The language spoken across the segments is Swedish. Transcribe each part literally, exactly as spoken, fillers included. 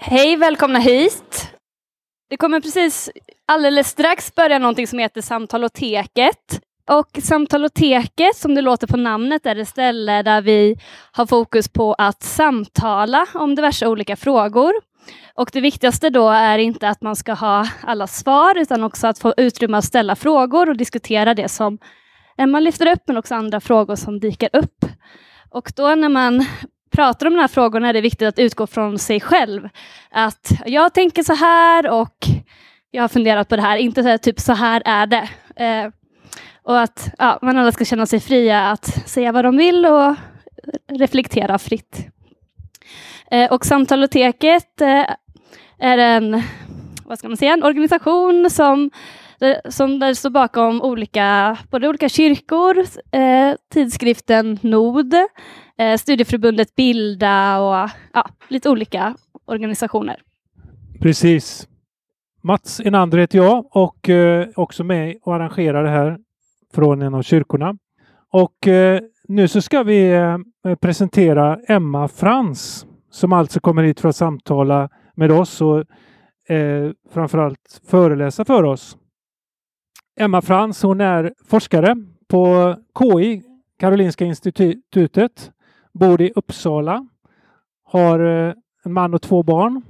Hej, välkomna hit. Det kommer precis alldeles strax börja någonting som heter Samtaloteket. Och Samtaloteket, som det låter på namnet, är det ställe där vi har fokus på att samtala om diverse olika frågor. Och det viktigaste då är inte att man ska ha alla svar, utan också att få utrymme att ställa frågor och diskutera det som Emma lyfter upp, men också andra frågor som dyker upp. Och då när man pratar om de här frågorna är det viktigt att utgå från sig själv. Att jag tänker så här och jag har funderat på det här. Inte så här, typ så här är det. Eh, och att ja, man alla ska känna sig fria att säga vad de vill och reflektera fritt. Eh, och Samtaloteket eh, är en, vad ska man säga, en organisation som, som där står bakom olika, både olika kyrkor, eh, tidskriften Nod, eh, studieförbundet Bilda och ja, lite olika organisationer. Precis. Mats Enander heter jag och eh, också med och arrangerar det här från en av kyrkorna. Och eh, nu så ska vi eh, presentera Emma Frans som alltså kommer hit för att samtala med oss och eh, framförallt föreläsa för oss. Emma Frans, hon är forskare på K I, Karolinska institutet, bor i Uppsala, har eh, en man och två barn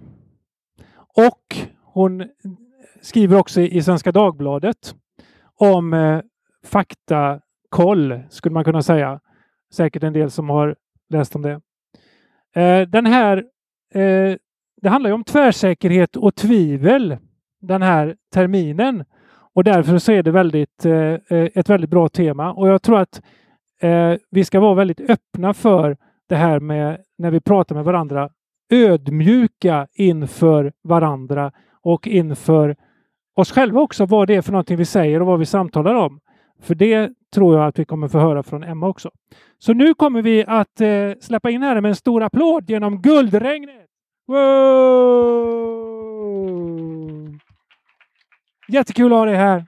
och hon skriver också i Svenska Dagbladet om eh, faktakoll, skulle man kunna säga. Säkert en del som har läst om det. Eh, den här, eh, det handlar ju om tvärsäkerhet och tvivel den här terminen. Och därför så är det väldigt, eh, ett väldigt bra tema. Och jag tror att eh, vi ska vara väldigt öppna för det här med när vi pratar med varandra. Ödmjuka inför varandra och inför oss själva också. Vad det är för någonting vi säger och vad vi samtalar om. För det tror jag att vi kommer få höra från Emma också. Så nu kommer vi att eh, släppa in här med en stor applåd genom guldregnet. Wow! Jättekul att ha dig här.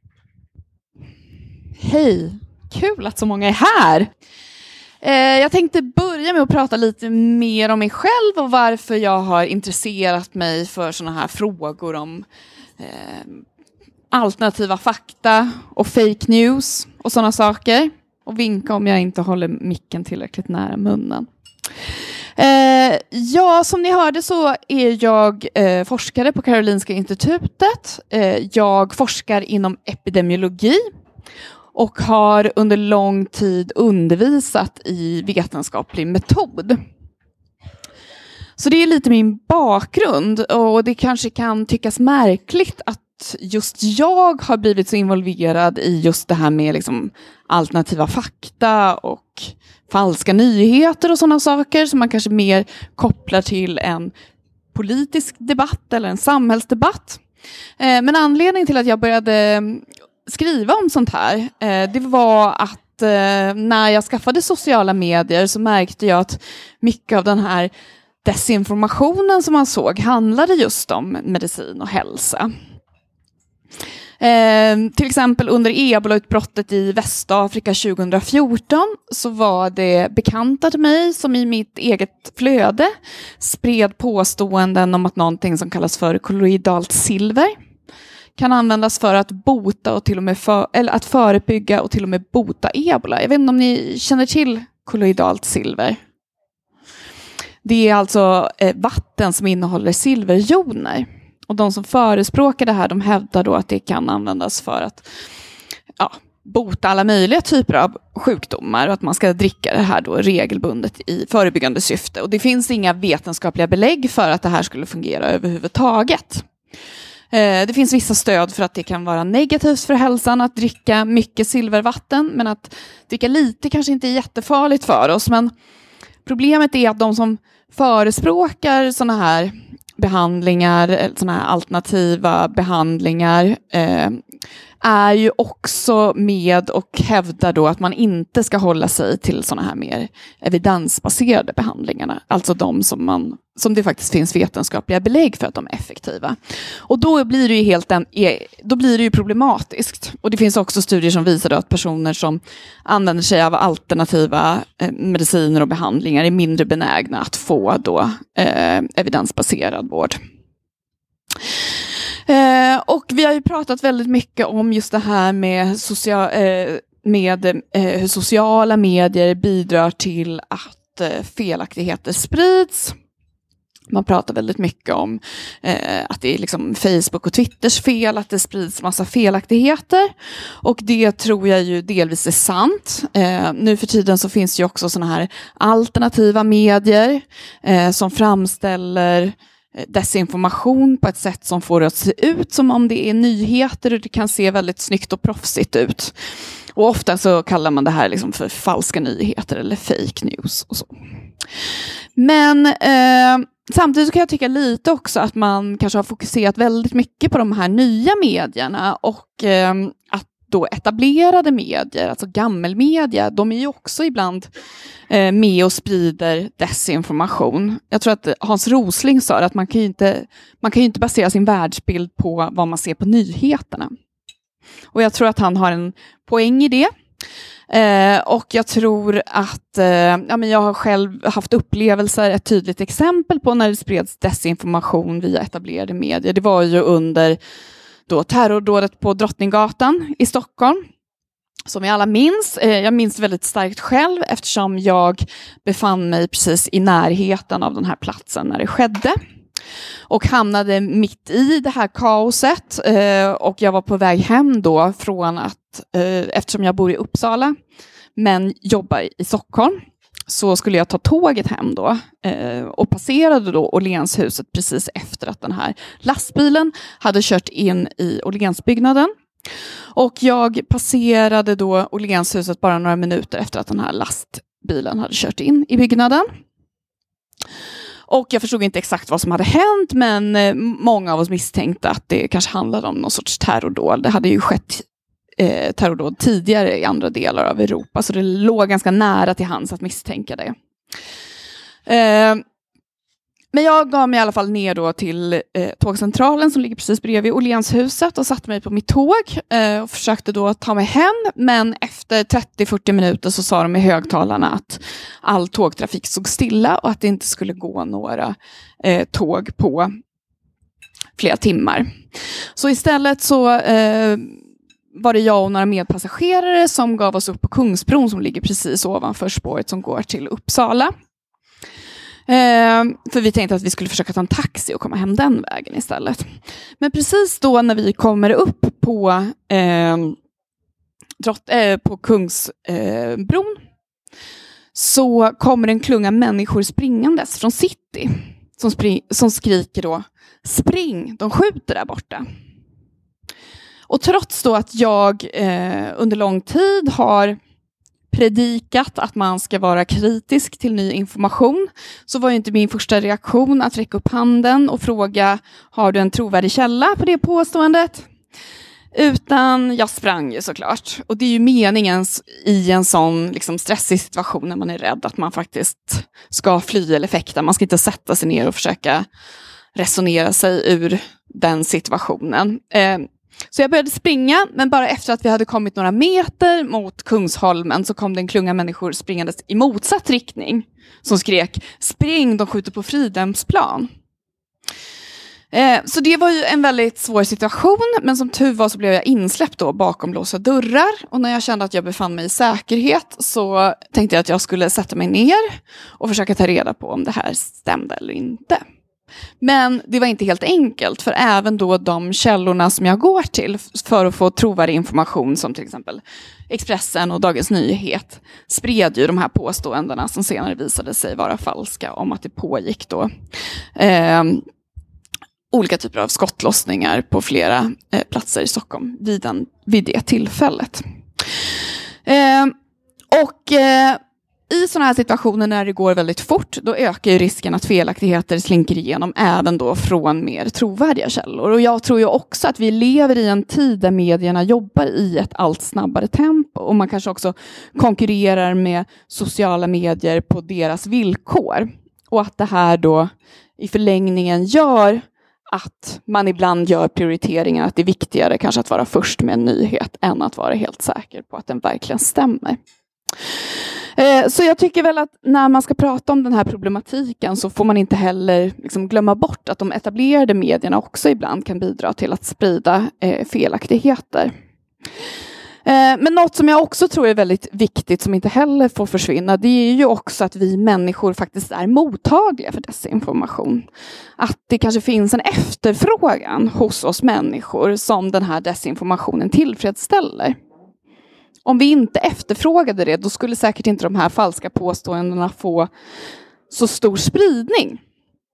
Hej, kul att så många är här. Eh, jag tänkte börja med att prata lite mer om mig själv och varför jag har intresserat mig för såna här frågor om eh, alternativa fakta och fake news och sådana saker. Och vinka om jag inte håller micken tillräckligt nära munnen. Eh, ja, som ni hörde så är jag eh, forskare på Karolinska institutet. Eh, jag forskar inom epidemiologi och har under lång tid undervisat i vetenskaplig metod. Så det är lite min bakgrund och det kanske kan tyckas märkligt att just jag har blivit så involverad i just det här med liksom alternativa fakta och falska nyheter och sådana saker som man kanske mer kopplar till en politisk debatt eller en samhällsdebatt. Eh, men anledningen till att jag började skriva om sånt här, eh, det var att eh, när jag skaffade sociala medier så märkte jag att mycket av den här desinformationen som man såg handlade just om medicin och hälsa. Eh, till exempel under ebolautbrottet i Västafrika tjugohundrafjorton så var det bekanta till mig som i mitt eget flöde spred påståenden om att någonting som kallas för kolloidalt silver kan användas för att bota och till och med för, eller att förebygga och till och med bota ebola. Jag vet inte om ni känner till kolloidalt silver. Det är alltså eh, vatten som innehåller silverjoner. Och de som förespråkar det här, de hävdar då att det kan användas för att ja, bota alla möjliga typer av sjukdomar. Och att man ska dricka det här då regelbundet i förebyggande syfte. Och det finns inga vetenskapliga belägg för att det här skulle fungera överhuvudtaget. Eh, det finns vissa stöd för att det kan vara negativt för hälsan att dricka mycket silvervatten. Men att dricka lite kanske inte är jättefarligt för oss. Men problemet är att de som förespråkar såna här behandlingar, såna här alternativa behandlingar, eh, är ju också med och hävdar då att man inte ska hålla sig till sådana här mer evidensbaserade behandlingarna. Alltså de som, man, som det faktiskt finns vetenskapliga belägg för att de är effektiva. Och då blir det ju, helt en, då blir det ju problematiskt. Och det finns också studier som visar att personer som använder sig av alternativa eh, mediciner och behandlingar är mindre benägna att få då, eh, evidensbaserad vård. Eh, och vi har ju pratat väldigt mycket om just det här med, social, eh, med eh, hur sociala medier bidrar till att eh, felaktigheter sprids. Man pratar väldigt mycket om eh, att det är liksom Facebook och Twitters fel, att det sprids massa felaktigheter. Och det tror jag ju delvis är sant. Eh, nu för tiden så finns ju också såna här alternativa medier eh, som framställer desinformation på ett sätt som får det att se ut som om det är nyheter, och det kan se väldigt snyggt och proffsigt ut. Och ofta så kallar man det här liksom för falska nyheter eller fake news och så. Men eh, samtidigt kan jag tycka lite också att man kanske har fokuserat väldigt mycket på de här nya medierna, och eh, att då etablerade medier, alltså gammelmedia, de är ju också ibland eh, med och sprider desinformation. Jag tror att Hans Rosling sa att man kan ju inte, man kan ju inte basera sin världsbild på vad man ser på nyheterna. Och jag tror att han har en poäng i det. Eh, och jag tror att eh, ja, men jag har själv haft upplevelser, ett tydligt exempel på när det spreds desinformation via etablerade medier. Det var ju under då terrordådet på Drottninggatan i Stockholm, som vi alla minns. Eh, jag minns väldigt starkt själv eftersom jag befann mig precis i närheten av den här platsen när det skedde. Och hamnade mitt i det här kaoset. Eh, och jag var på väg hem då från att, eh, eftersom jag bor i Uppsala men jobbar i Stockholm, så skulle jag ta tåget hem då. Eh, och passerade då Åhlénshuset precis efter att den här lastbilen hade kört in i Åhlénsbyggnaden. Och jag passerade då Åhlénshuset bara några minuter efter att den här lastbilen hade kört in i byggnaden. Och jag förstod inte exakt vad som hade hänt, men eh, många av oss misstänkte att det kanske handlade om någon sorts terrordåd. Det hade ju skett eh, terrordåd tidigare i andra delar av Europa, så det låg ganska nära till hands att misstänka det. Eh, men jag gav mig i alla fall ner då till eh, tågcentralen som ligger precis bredvid Åhlénshuset och satte mig på mitt tåg eh, och försökte då ta mig hem. Men efter trettio till fyrtio minuter så sa de i högtalarna att all tågtrafik stod stilla och att det inte skulle gå några eh, tåg på flera timmar. Så istället så eh, var det jag och några medpassagerare som gav oss upp på Kungsbron som ligger precis ovanför spåret som går till Uppsala. Eh, för vi tänkte att vi skulle försöka ta en taxi och komma hem den vägen istället. Men precis då när vi kommer upp på, eh, drott, eh, på Kungsbron eh, så kommer en klunga människor springandes från city. Som, spring, som skriker då, spring, de skjuter där borta. Och trots då att jag eh, under lång tid har predikat att man ska vara kritisk till ny information, så var ju inte min första reaktion att räcka upp handen och fråga, har du en trovärdig källa på det påståendet? Utan jag sprang ju såklart. Och det är ju meningen i en sån liksom stressig situation när man är rädd att man faktiskt ska fly eller fäkta. Man ska inte sätta sig ner och försöka resonera sig ur den situationen. Eh, Så jag började springa, men bara efter att vi hade kommit några meter mot Kungsholmen så kom det en klunga människor springandes i motsatt riktning som skrek, spring, de skjuter på Fridhemsplan. Eh, så det var ju en väldigt svår situation, men som tur var så blev jag insläppt då bakom låsa dörrar. Och när jag kände att jag befann mig i säkerhet så tänkte jag att jag skulle sätta mig ner och försöka ta reda på om det här stämde eller inte. Men det var inte helt enkelt, för även då de källorna som jag går till för att få trovärdig information, som till exempel Expressen och Dagens Nyhet, spred ju de här påståendena som senare visade sig vara falska om att det pågick då eh, olika typer av skottlossningar på flera eh, platser i Stockholm vid, den, vid det tillfället. Eh, och... Eh, i sådana här situationer när det går väldigt fort, då ökar ju risken att felaktigheter slinker igenom även då från mer trovärdiga källor. Och jag tror ju också att vi lever i en tid där medierna jobbar i ett allt snabbare tempo, och man kanske också konkurrerar med sociala medier på deras villkor. Och att det här då i förlängningen gör att man ibland gör prioriteringen att det är viktigare kanske att vara först med en nyhet än att vara helt säker på att den verkligen stämmer. Så jag tycker väl att när man ska prata om den här problematiken så får man inte heller liksom glömma bort att de etablerade medierna också ibland kan bidra till att sprida eh, felaktigheter. Eh, men något som jag också tror är väldigt viktigt som inte heller får försvinna, det är ju också att vi människor faktiskt är mottagliga för desinformation. Att det kanske finns en efterfrågan hos oss människor som den här desinformationen tillfredsställer. Om vi inte efterfrågade det, då skulle säkert inte de här falska påståendena få så stor spridning.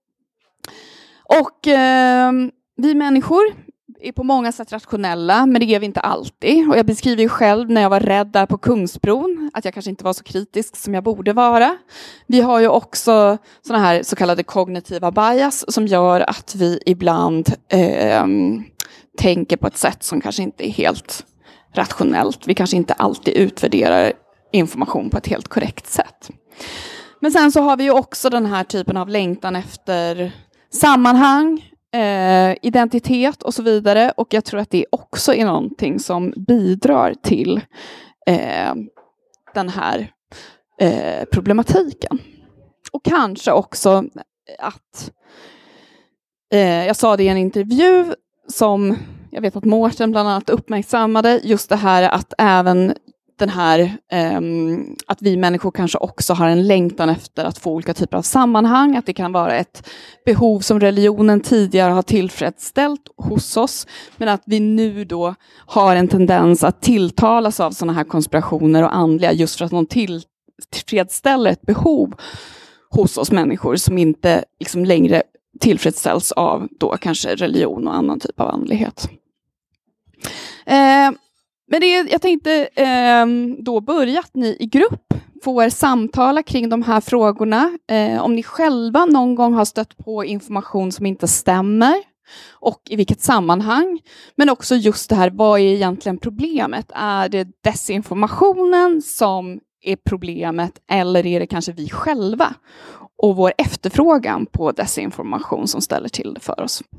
Och eh, vi människor är på många sätt rationella, men det är vi inte alltid. Och jag beskriver ju själv när jag var rädd där på Kungsbron, att jag kanske inte var så kritisk som jag borde vara. Vi har ju också såna här så kallade kognitiva bias som gör att vi ibland eh, tänker på ett sätt som kanske inte är helt rationellt. Vi kanske inte alltid utvärderar information på ett helt korrekt sätt. Men sen så har vi ju också den här typen av längtan efter sammanhang, eh, identitet och så vidare. Och jag tror att det också är någonting som bidrar till eh, den här eh, problematiken. Och kanske också att eh, jag sa det i en intervju som jag vet att Mårten bland annat uppmärksammade, just det här att även den här um, att vi människor kanske också har en längtan efter att få olika typer av sammanhang, att det kan vara ett behov som religionen tidigare har tillfredsställt hos oss, men att vi nu då har en tendens att tilltalas av sådana här konspirationer och andliga just för att de tillfredsställer ett behov hos oss människor som inte liksom längre tillfredsställs av då kanske religion och annan typ av andlighet. Eh, men det, jag tänkte eh, då börja att ni i grupp får samtala kring de här frågorna. Eh, om ni själva någon gång har stött på information som inte stämmer och i vilket sammanhang. Men också just det här, vad är egentligen problemet? Är det desinformationen som är problemet eller är det kanske vi själva och vår efterfrågan på desinformation som ställer till det för oss?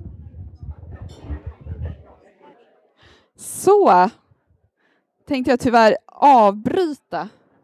Så tänkte jag tyvärr avbryta.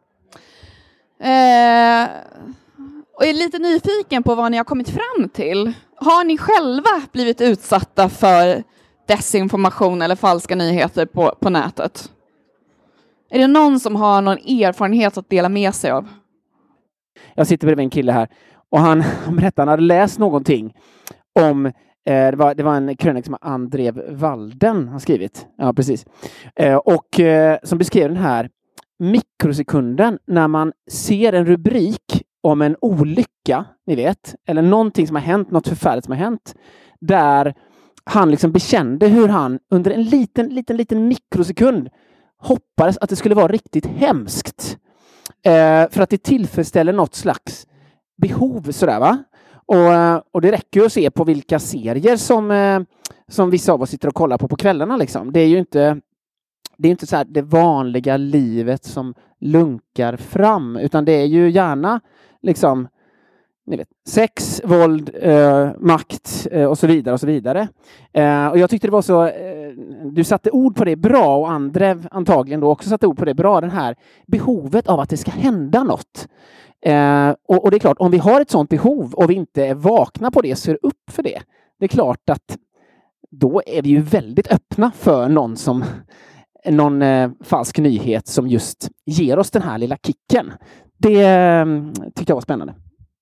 Eh, och är lite nyfiken på vad ni har kommit fram till. Har ni själva blivit utsatta för desinformation eller falska nyheter på, på nätet? Är det någon som har någon erfarenhet att dela med sig av? Jag sitter bredvid en kille här och han, han berättade, han hade läst någonting om, eh, det, var, det var en krönik som Andrev Walden har skrivit. Ja, precis. Eh, och eh, som beskrev den här mikrosekunden när man ser en rubrik om en olycka, ni vet, eller någonting som har hänt, något förfärligt som har hänt, där han liksom bekände hur han under en liten, liten, liten mikrosekund hoppades att det skulle vara riktigt hemskt. Eh, för att det tillfredsställer något slags behov sådär, va? Och, och det räcker ju att se på vilka serier som, eh, som vissa av oss sitter och kollar på på kvällarna liksom. Det är ju inte det är inte så här det vanliga livet som lunkar fram, utan det är ju gärna liksom ni vet, sex, våld, eh, makt eh, och så vidare och så vidare. Eh, och jag tyckte det var så eh, du satte ord på det bra och Andrev antagligen då också satte ord på det bra, den här behovet av att det ska hända något. Eh, och, och det är klart, om vi har ett sånt behov och vi inte är vakna på det, ser upp för det. Det är klart att då är vi ju väldigt öppna för någon som någon eh, falsk nyhet som just ger oss den här lilla kicken. Det eh, tyckte jag var spännande.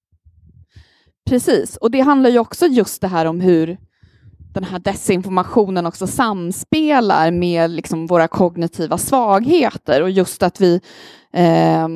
Precis, och det handlar ju också just det här om hur den här desinformationen också samspelar med liksom våra kognitiva svagheter och just att vi eh,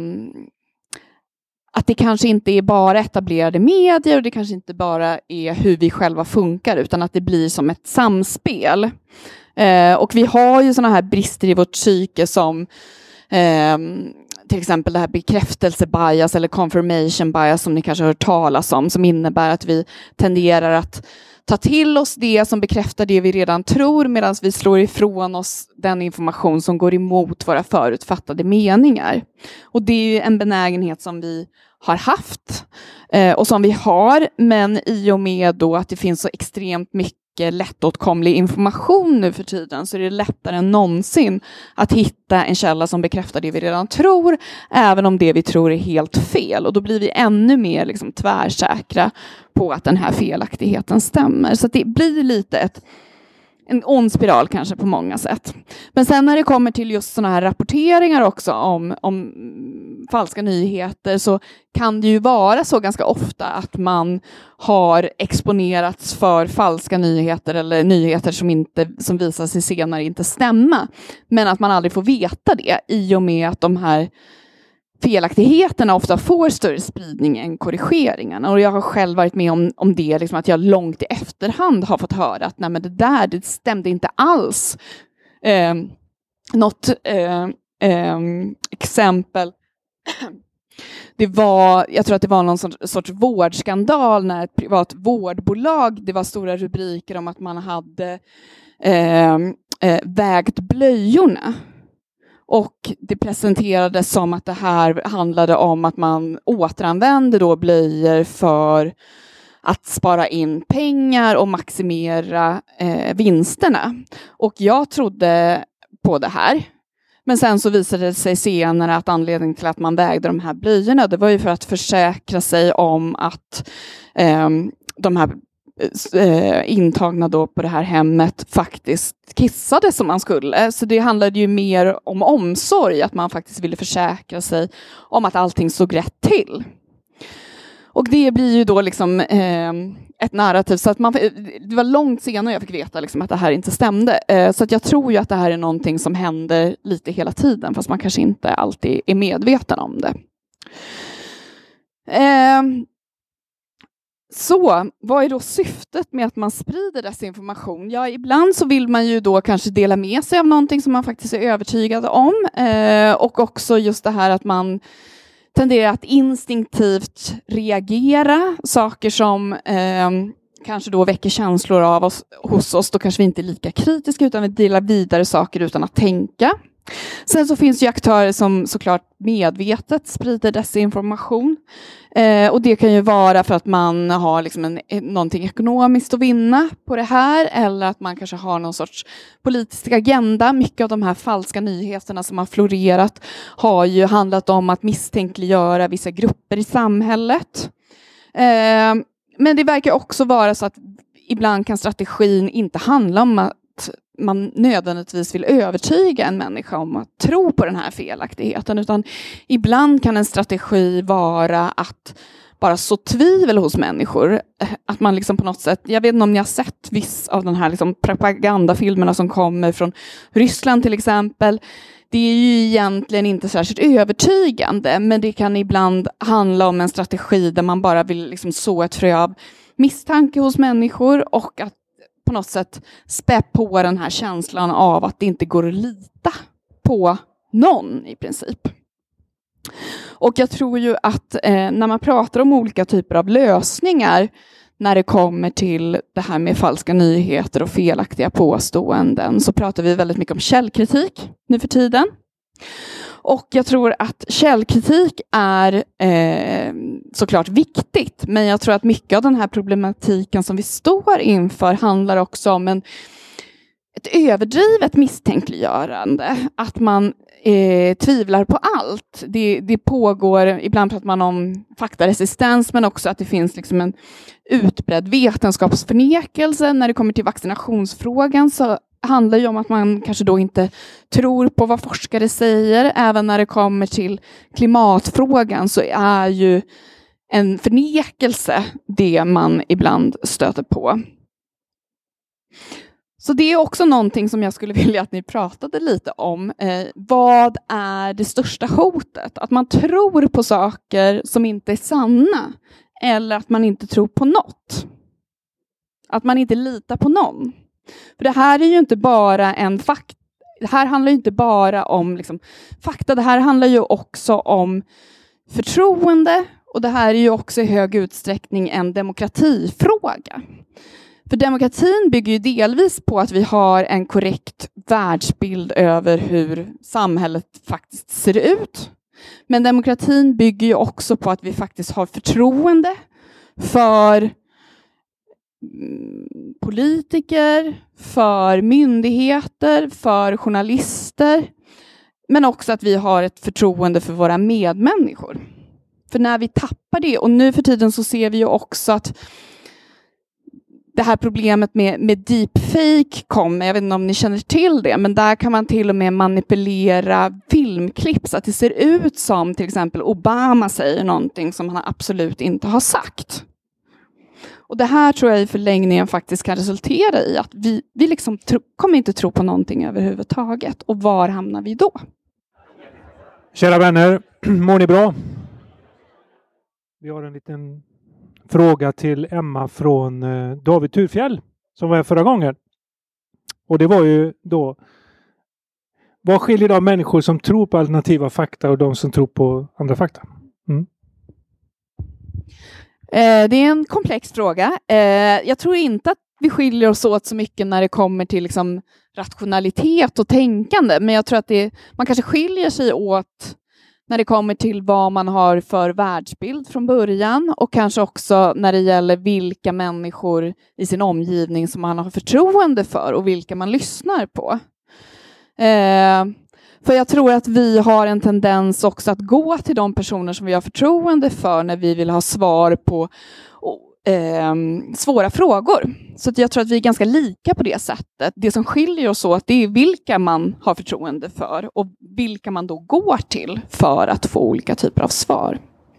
att det kanske inte är bara etablerade medier och det kanske inte bara är hur vi själva funkar utan att det blir som ett samspel. Eh, och vi har ju såna här brister i vårt psyke som eh, till exempel det här bekräftelsebias eller confirmation bias som ni kanske har hört talas om, som innebär att vi tenderar att ta till oss det som bekräftar det vi redan tror, medan vi slår ifrån oss den information som går emot våra förutfattade meningar. Och det är ju en benägenhet som vi har haft eh, och som vi har, men i och med då att det finns så extremt mycket lättåtkomlig information nu för tiden, så är det lättare än någonsin att hitta en källa som bekräftar det vi redan tror, även om det vi tror är helt fel. Och då blir vi ännu mer liksom tvärsäkra på att den här felaktigheten stämmer. Så att det blir lite ett en ond spiral kanske på många sätt. Men sen när det kommer till just sådana här rapporteringar också om, om falska nyheter, så kan det ju vara så ganska ofta att man har exponerats för falska nyheter eller nyheter som, inte, som visar sig senare inte stämma. Men att man aldrig får veta det i och med att de här felaktigheterna ofta får större spridning än korrigeringarna. Och jag har själv varit med om, om det, liksom att jag långt i efterhand har fått höra att nej, men det där det stämde inte alls. Eh, något eh, eh, exempel. Det var, jag tror att det var någon sorts, sorts vårdskandal när ett privat vårdbolag, det var stora rubriker om att man hade eh, eh, vägt blöjorna. Och det presenterades som att det här handlade om att man återanvände då blöjor för att spara in pengar och maximera eh, vinsterna. Och jag trodde på det här. Men sen så visade det sig senare att anledningen till att man vägde de här blöjorna, det var ju för att försäkra sig om att eh, de här eh, intagna då på det här hemmet faktiskt kissade som man skulle. Så det handlade ju mer om omsorg, att man faktiskt ville försäkra sig om att allting såg rätt till. Och det blir ju då liksom eh, ett narrativ, så att man, det var långt senare jag fick veta liksom att det här inte stämde. Eh, så att jag tror ju att det här är någonting som händer lite hela tiden, fast man kanske inte alltid är medveten om det. Eh, Så, vad är då syftet med att man sprider desinformation? Ja, ibland så vill man ju då kanske dela med sig av någonting som man faktiskt är övertygad om. Eh, och också just det här att man tenderar att instinktivt reagera. Saker som eh, kanske då väcker känslor av oss, hos oss. Då kanske vi inte är lika kritiska, utan vi delar vidare saker utan att tänka. Sen så finns ju aktörer som såklart medvetet sprider desinformation. Eh, och det kan ju vara för att man har liksom en, någonting ekonomiskt att vinna på det här. Eller att man kanske har någon sorts politisk agenda. Mycket av de här falska nyheterna som har florerat har ju handlat om att misstänkliggöra vissa grupper i samhället. Eh, men det verkar också vara så att ibland kan strategin inte handla om att man nödvändigtvis vill övertyga en människa om att tro på den här felaktigheten, utan ibland kan en strategi vara att bara så tvivel hos människor, att man liksom på något sätt, jag vet inte om ni har sett viss av den här liksom propagandafilmerna som kommer från Ryssland till exempel. Det är ju egentligen inte särskilt övertygande, men det kan ibland handla om en strategi där man bara vill liksom så ett frö av misstanke hos människor och att på något sätt spä på den här känslan av att det inte går att lita på någon i princip. Och jag tror ju att eh, när man pratar om olika typer av lösningar när det kommer till det här med falska nyheter och felaktiga påståenden, så pratar vi väldigt mycket om källkritik nu för tiden. Och jag tror att källkritik är eh, såklart viktigt, men jag tror att mycket av den här problematiken som vi står inför handlar också om en, ett överdrivet misstänkliggörande. Att man eh, tvivlar på allt. Det, det pågår, ibland pratar man om faktaresistens, men också att det finns liksom en utbredd vetenskapsförnekelse. När det kommer till vaccinationsfrågan så handlar ju om att man kanske då inte tror på vad forskare säger. Även när det kommer till klimatfrågan så är ju en förnekelse det man ibland stöter på. Så det är också någonting som jag skulle vilja att ni pratade lite om. Eh, vad är det största hotet? Att man tror på saker som inte är sanna. Eller att man inte tror på något. Att man inte litar på någon. För det här är ju inte bara en fakt- det här handlar ju inte bara om liksom, fakta, det här handlar ju också om förtroende, och det här är ju också i hög utsträckning en demokratifråga. För demokratin bygger ju delvis på att vi har en korrekt världsbild över hur samhället faktiskt ser ut. Men demokratin bygger ju också på att vi faktiskt har förtroende för politiker, för myndigheter, för journalister. Men också att vi har ett förtroende för våra medmänniskor. För när vi tappar det, och nu för tiden så ser vi ju också att det här problemet med, med deepfake kommer, jag vet inte om ni känner till det, men där kan man till och med manipulera filmklipp så att det ser ut som till exempel Obama säger någonting som han absolut inte har sagt. Och det här tror jag i förlängningen faktiskt kan resultera i att vi, vi liksom tro, kommer inte tro på någonting överhuvudtaget. Och var hamnar vi då? Kära vänner, mår ni bra? Vi har en liten fråga till Emma från eh, David Turfjäll som var här förra gången. Och det var ju då: vad skiljer de människor som tror på alternativa fakta och de som tror på andra fakta? Mm. Eh, det är en komplex fråga. Eh, jag tror inte att vi skiljer oss åt så mycket när det kommer till liksom, rationalitet och tänkande. Men jag tror att det, man kanske skiljer sig åt när det kommer till vad man har för världsbild från början, och kanske också när det gäller vilka människor i sin omgivning som man har förtroende för och vilka man lyssnar på. Eh, för jag tror att vi har en tendens också att gå till de personer som vi har förtroende för när vi vill ha svar på eh, svåra frågor. Så att jag tror att vi är ganska lika på det sättet. Det som skiljer oss åt, det är vilka man har förtroende för och vilka man då går till för att få olika typer av svar.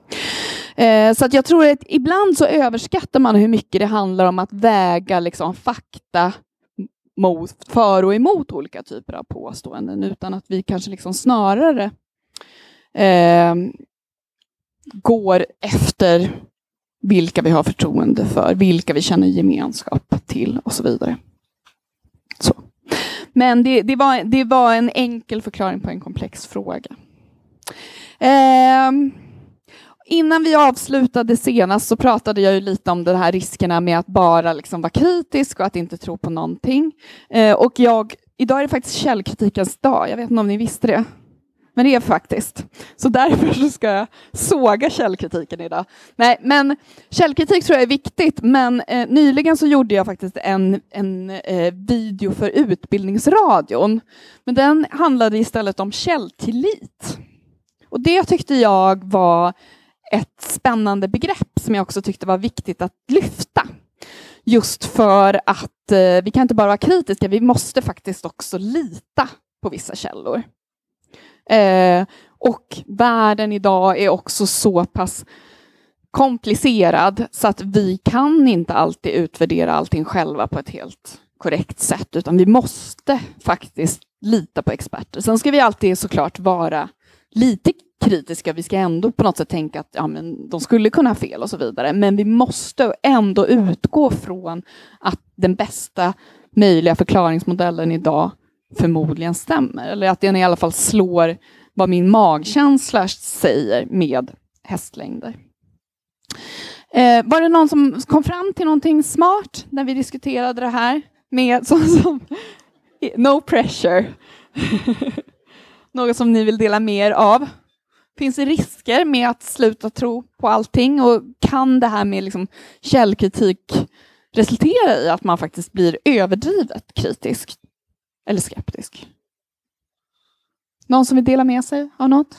Eh, så att jag tror att ibland så överskattar man hur mycket det handlar om att väga liksom, fakta mot, för och emot olika typer av påståenden, utan att vi kanske liksom snarare eh, går efter vilka vi har förtroende för, vilka vi känner gemenskap till och så vidare. Så. Men det, det, var, det var en enkel förklaring på en komplex fråga. Eh, innan vi avslutade senast så pratade jag ju lite om de här riskerna med att bara liksom vara kritisk och att inte tro på någonting. Eh, och jag, idag är det faktiskt källkritikens dag. Jag vet inte om ni visste det. Men det är faktiskt. Så därför så ska jag såga källkritiken idag. Nej, men källkritik tror jag är viktigt. Men eh, nyligen så gjorde jag faktiskt en, en eh, video för Utbildningsradion. Men den handlade istället om källtillit. Och det tyckte jag var ett spännande begrepp som jag också tyckte var viktigt att lyfta. Just för att eh, vi kan inte bara vara kritiska, vi måste faktiskt också lita på vissa källor. Eh, och världen idag är också så pass komplicerad så att vi kan inte alltid utvärdera allting själva på ett helt korrekt sätt, utan vi måste faktiskt lita på experter. Sen ska vi alltid såklart vara lite kritiska, vi ska ändå på något sätt tänka att ja, men de skulle kunna ha fel och så vidare, men vi måste ändå utgå från att den bästa möjliga förklaringsmodellen idag förmodligen stämmer, eller att den i alla fall slår vad min magkänsla säger med hästlängder. Eh, var det någon som kom fram till någonting smart när vi diskuterade det här med som, som no pressure? Något som ni vill dela mer av? Finns det risker med att sluta tro på allting, och kan det här med liksom källkritik resultera i att man faktiskt blir överdrivet kritisk eller skeptisk? Någon som vill dela med sig av något?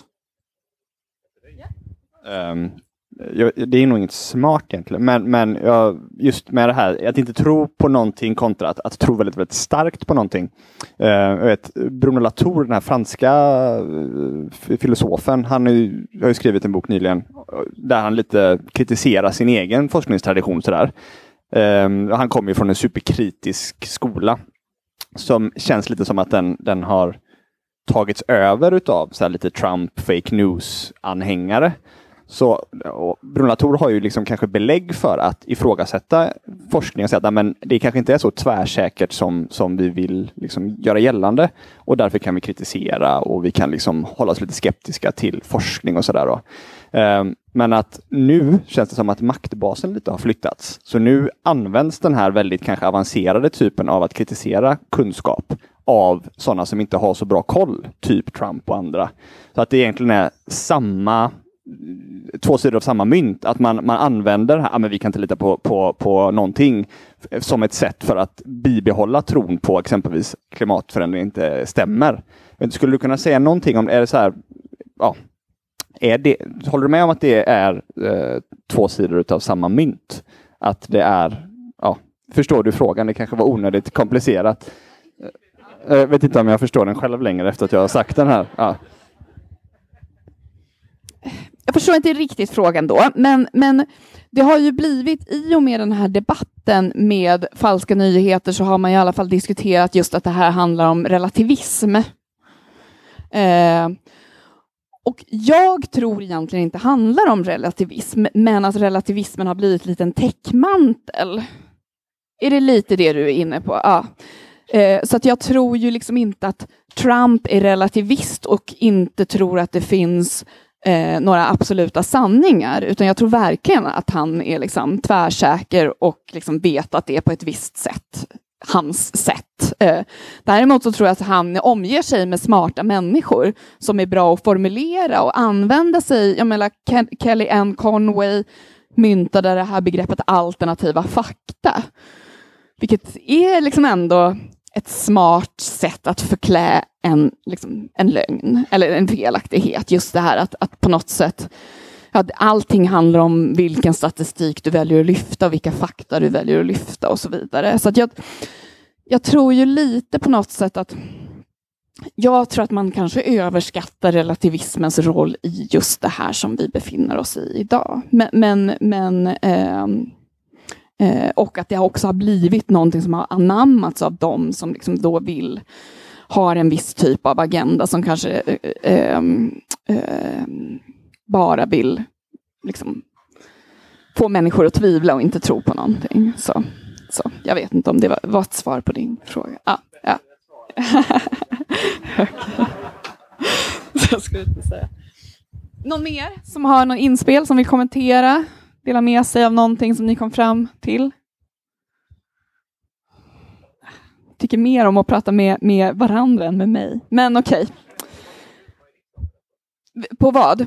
Um, jag, det är nog inget smart egentligen, men, men jag, just med det här att inte tro på någonting kontra att, att tro väldigt, väldigt starkt på någonting. Uh, jag vet, Bruno Latour, den här franska uh, filosofen, han har ju, har ju skrivit en bok nyligen där han lite kritiserar sin egen forskningstradition sådär. Um, han kommer ju från en superkritisk skola som känns lite som att den, den har tagits över utav så här lite Trump fake news anhängare. Så Bruno Latour har ju liksom kanske belägg för att ifrågasätta forskning och säga att men det kanske inte är så tvärsäkert som, som vi vill liksom göra gällande. Och därför kan vi kritisera och vi kan liksom hålla oss lite skeptiska till forskning och sådär. Um, men att nu känns det som att maktbasen lite har flyttats. Så nu används den här väldigt kanske avancerade typen av att kritisera kunskap av sådana som inte har så bra koll, typ Trump och andra. Så att det egentligen är samma två sidor av samma mynt, att man, man använder ja, men vi kan inte lita på, på, på någonting som ett sätt för att bibehålla tron på exempelvis klimatförändring inte stämmer. Men skulle du kunna säga någonting om, är det så här, ja, är det, håller du med om att det är eh, två sidor av samma mynt? Att det är, ja, förstår du frågan? Det kanske var onödigt komplicerat. Jag vet inte om jag förstår den själv längre efter att jag har sagt den här. Ja. Jag förstår inte riktigt frågan då, men, men det har ju blivit, i och med den här debatten med falska nyheter, så har man i alla fall diskuterat just att det här handlar om relativism. Eh, och jag tror egentligen inte handlar om relativism, men att relativismen har blivit en liten täckmantel. Är det lite det du är inne på? Ja. Eh, så att jag tror ju liksom inte att Trump är relativist och inte tror att det finns Eh, några absoluta sanningar, utan jag tror verkligen att han är liksom tvärsäker och liksom vet att det är på ett visst sätt, hans sätt. Eh, däremot så tror jag att han omger sig med smarta människor som är bra att formulera och använda sig. Jag menar, Ke- Kellyanne Conway myntade det här begreppet alternativa fakta, vilket är liksom ändå ett smart sätt att förklä en, liksom, en lögn eller en felaktighet. Just det här att, att på något sätt att allting handlar om vilken statistik du väljer att lyfta och vilka fakta du väljer att lyfta och så vidare. Så att jag, jag tror ju lite på något sätt att jag tror att man kanske överskattar relativismens roll i just det här som vi befinner oss i idag. Men, men, men ähm, Eh, och att det också har blivit någonting som har anammats av dem som liksom då vill ha en viss typ av agenda som kanske eh, eh, eh, bara vill liksom få människor att tvivla och inte tro på någonting. Så, så jag vet inte om det var, var ett svar på din fråga. Ah, ja. Så ska jag inte säga. Någon mer som har någon inspel som vill kommentera? Dela med sig av någonting som ni kom fram till. Jag tycker mer om att prata med, med varandra än med mig. Men okej. Okay. På vad?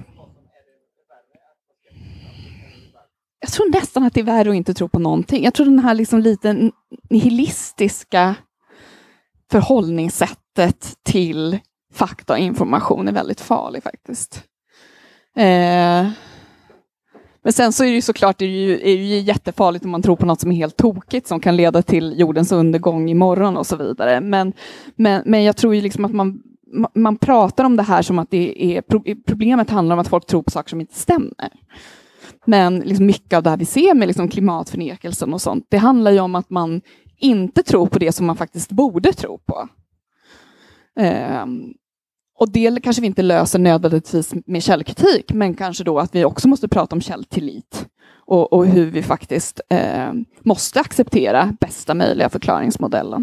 Jag tror nästan att det är värre att inte tro på någonting. Jag tror den här liksom lite nihilistiska förhållningssättet till fakta och information är väldigt farlig faktiskt. Eh... Men sen så är det ju såklart det är ju, är ju jättefarligt om man tror på något som är helt tokigt som kan leda till jordens undergång imorgon och så vidare. Men, men, men jag tror ju liksom att man, man pratar om det här som att det är problemet handlar om att folk tror på saker som inte stämmer. Men liksom mycket av det här vi ser med liksom klimatförnekelsen och sånt, det handlar ju om att man inte tror på det som man faktiskt borde tro på. Um, Och det kanske vi inte löser nödvändigtvis med källkritik, men kanske då att vi också måste prata om källtillit och, och hur vi faktiskt eh, måste acceptera bästa möjliga förklaringsmodellen.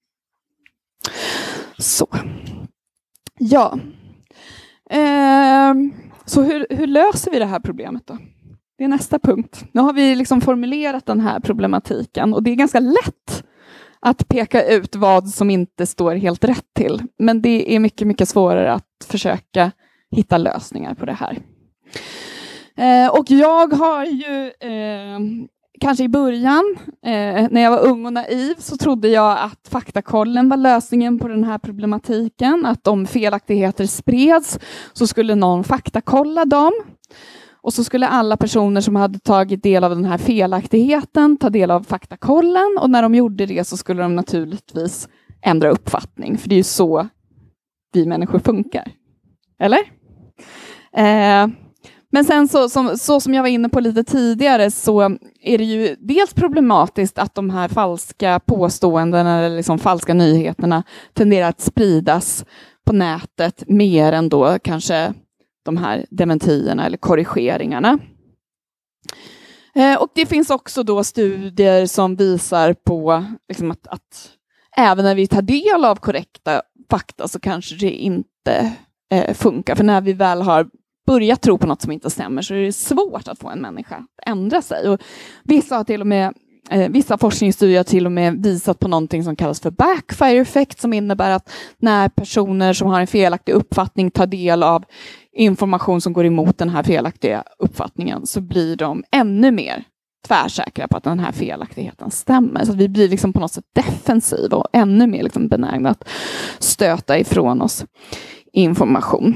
Så. Ja. Eh, så hur, hur löser vi det här problemet då? Det är nästa punkt. Nu har vi liksom formulerat den här problematiken och det är ganska lätt att peka ut vad som inte står helt rätt till. Men det är mycket, mycket svårare att försöka hitta lösningar på det här. Eh, och jag har ju, eh, kanske i början, eh, när jag var ung och naiv, så trodde jag att faktakollen var lösningen på den här problematiken. Att om felaktigheter spreds så skulle någon faktakolla dem. Och så skulle alla personer som hade tagit del av den här felaktigheten ta del av faktakollen. Och när de gjorde det så skulle de naturligtvis ändra uppfattning. För det är ju så vi människor funkar. Eller? Eh, men sen så som, så som jag var inne på lite tidigare så är det ju dels problematiskt att de här falska påståendena eller liksom falska nyheterna tenderar att spridas på nätet mer än då kanske de här dementierna eller korrigeringarna. Och det finns också då studier som visar på liksom att, att även när vi tar del av korrekta fakta så kanske det inte eh, funkar. För när vi väl har börjat tro på något som inte stämmer så är det svårt att få en människa att ändra sig. Och vissa har till och med Eh, vissa forskningsstudier har till och med visat på någonting som kallas för backfire effect, som innebär att när personer som har en felaktig uppfattning tar del av information som går emot den här felaktiga uppfattningen så blir de ännu mer tvärsäkra på att den här felaktigheten stämmer. Så att vi blir liksom på något sätt defensiva och ännu mer liksom benägna att stöta ifrån oss information.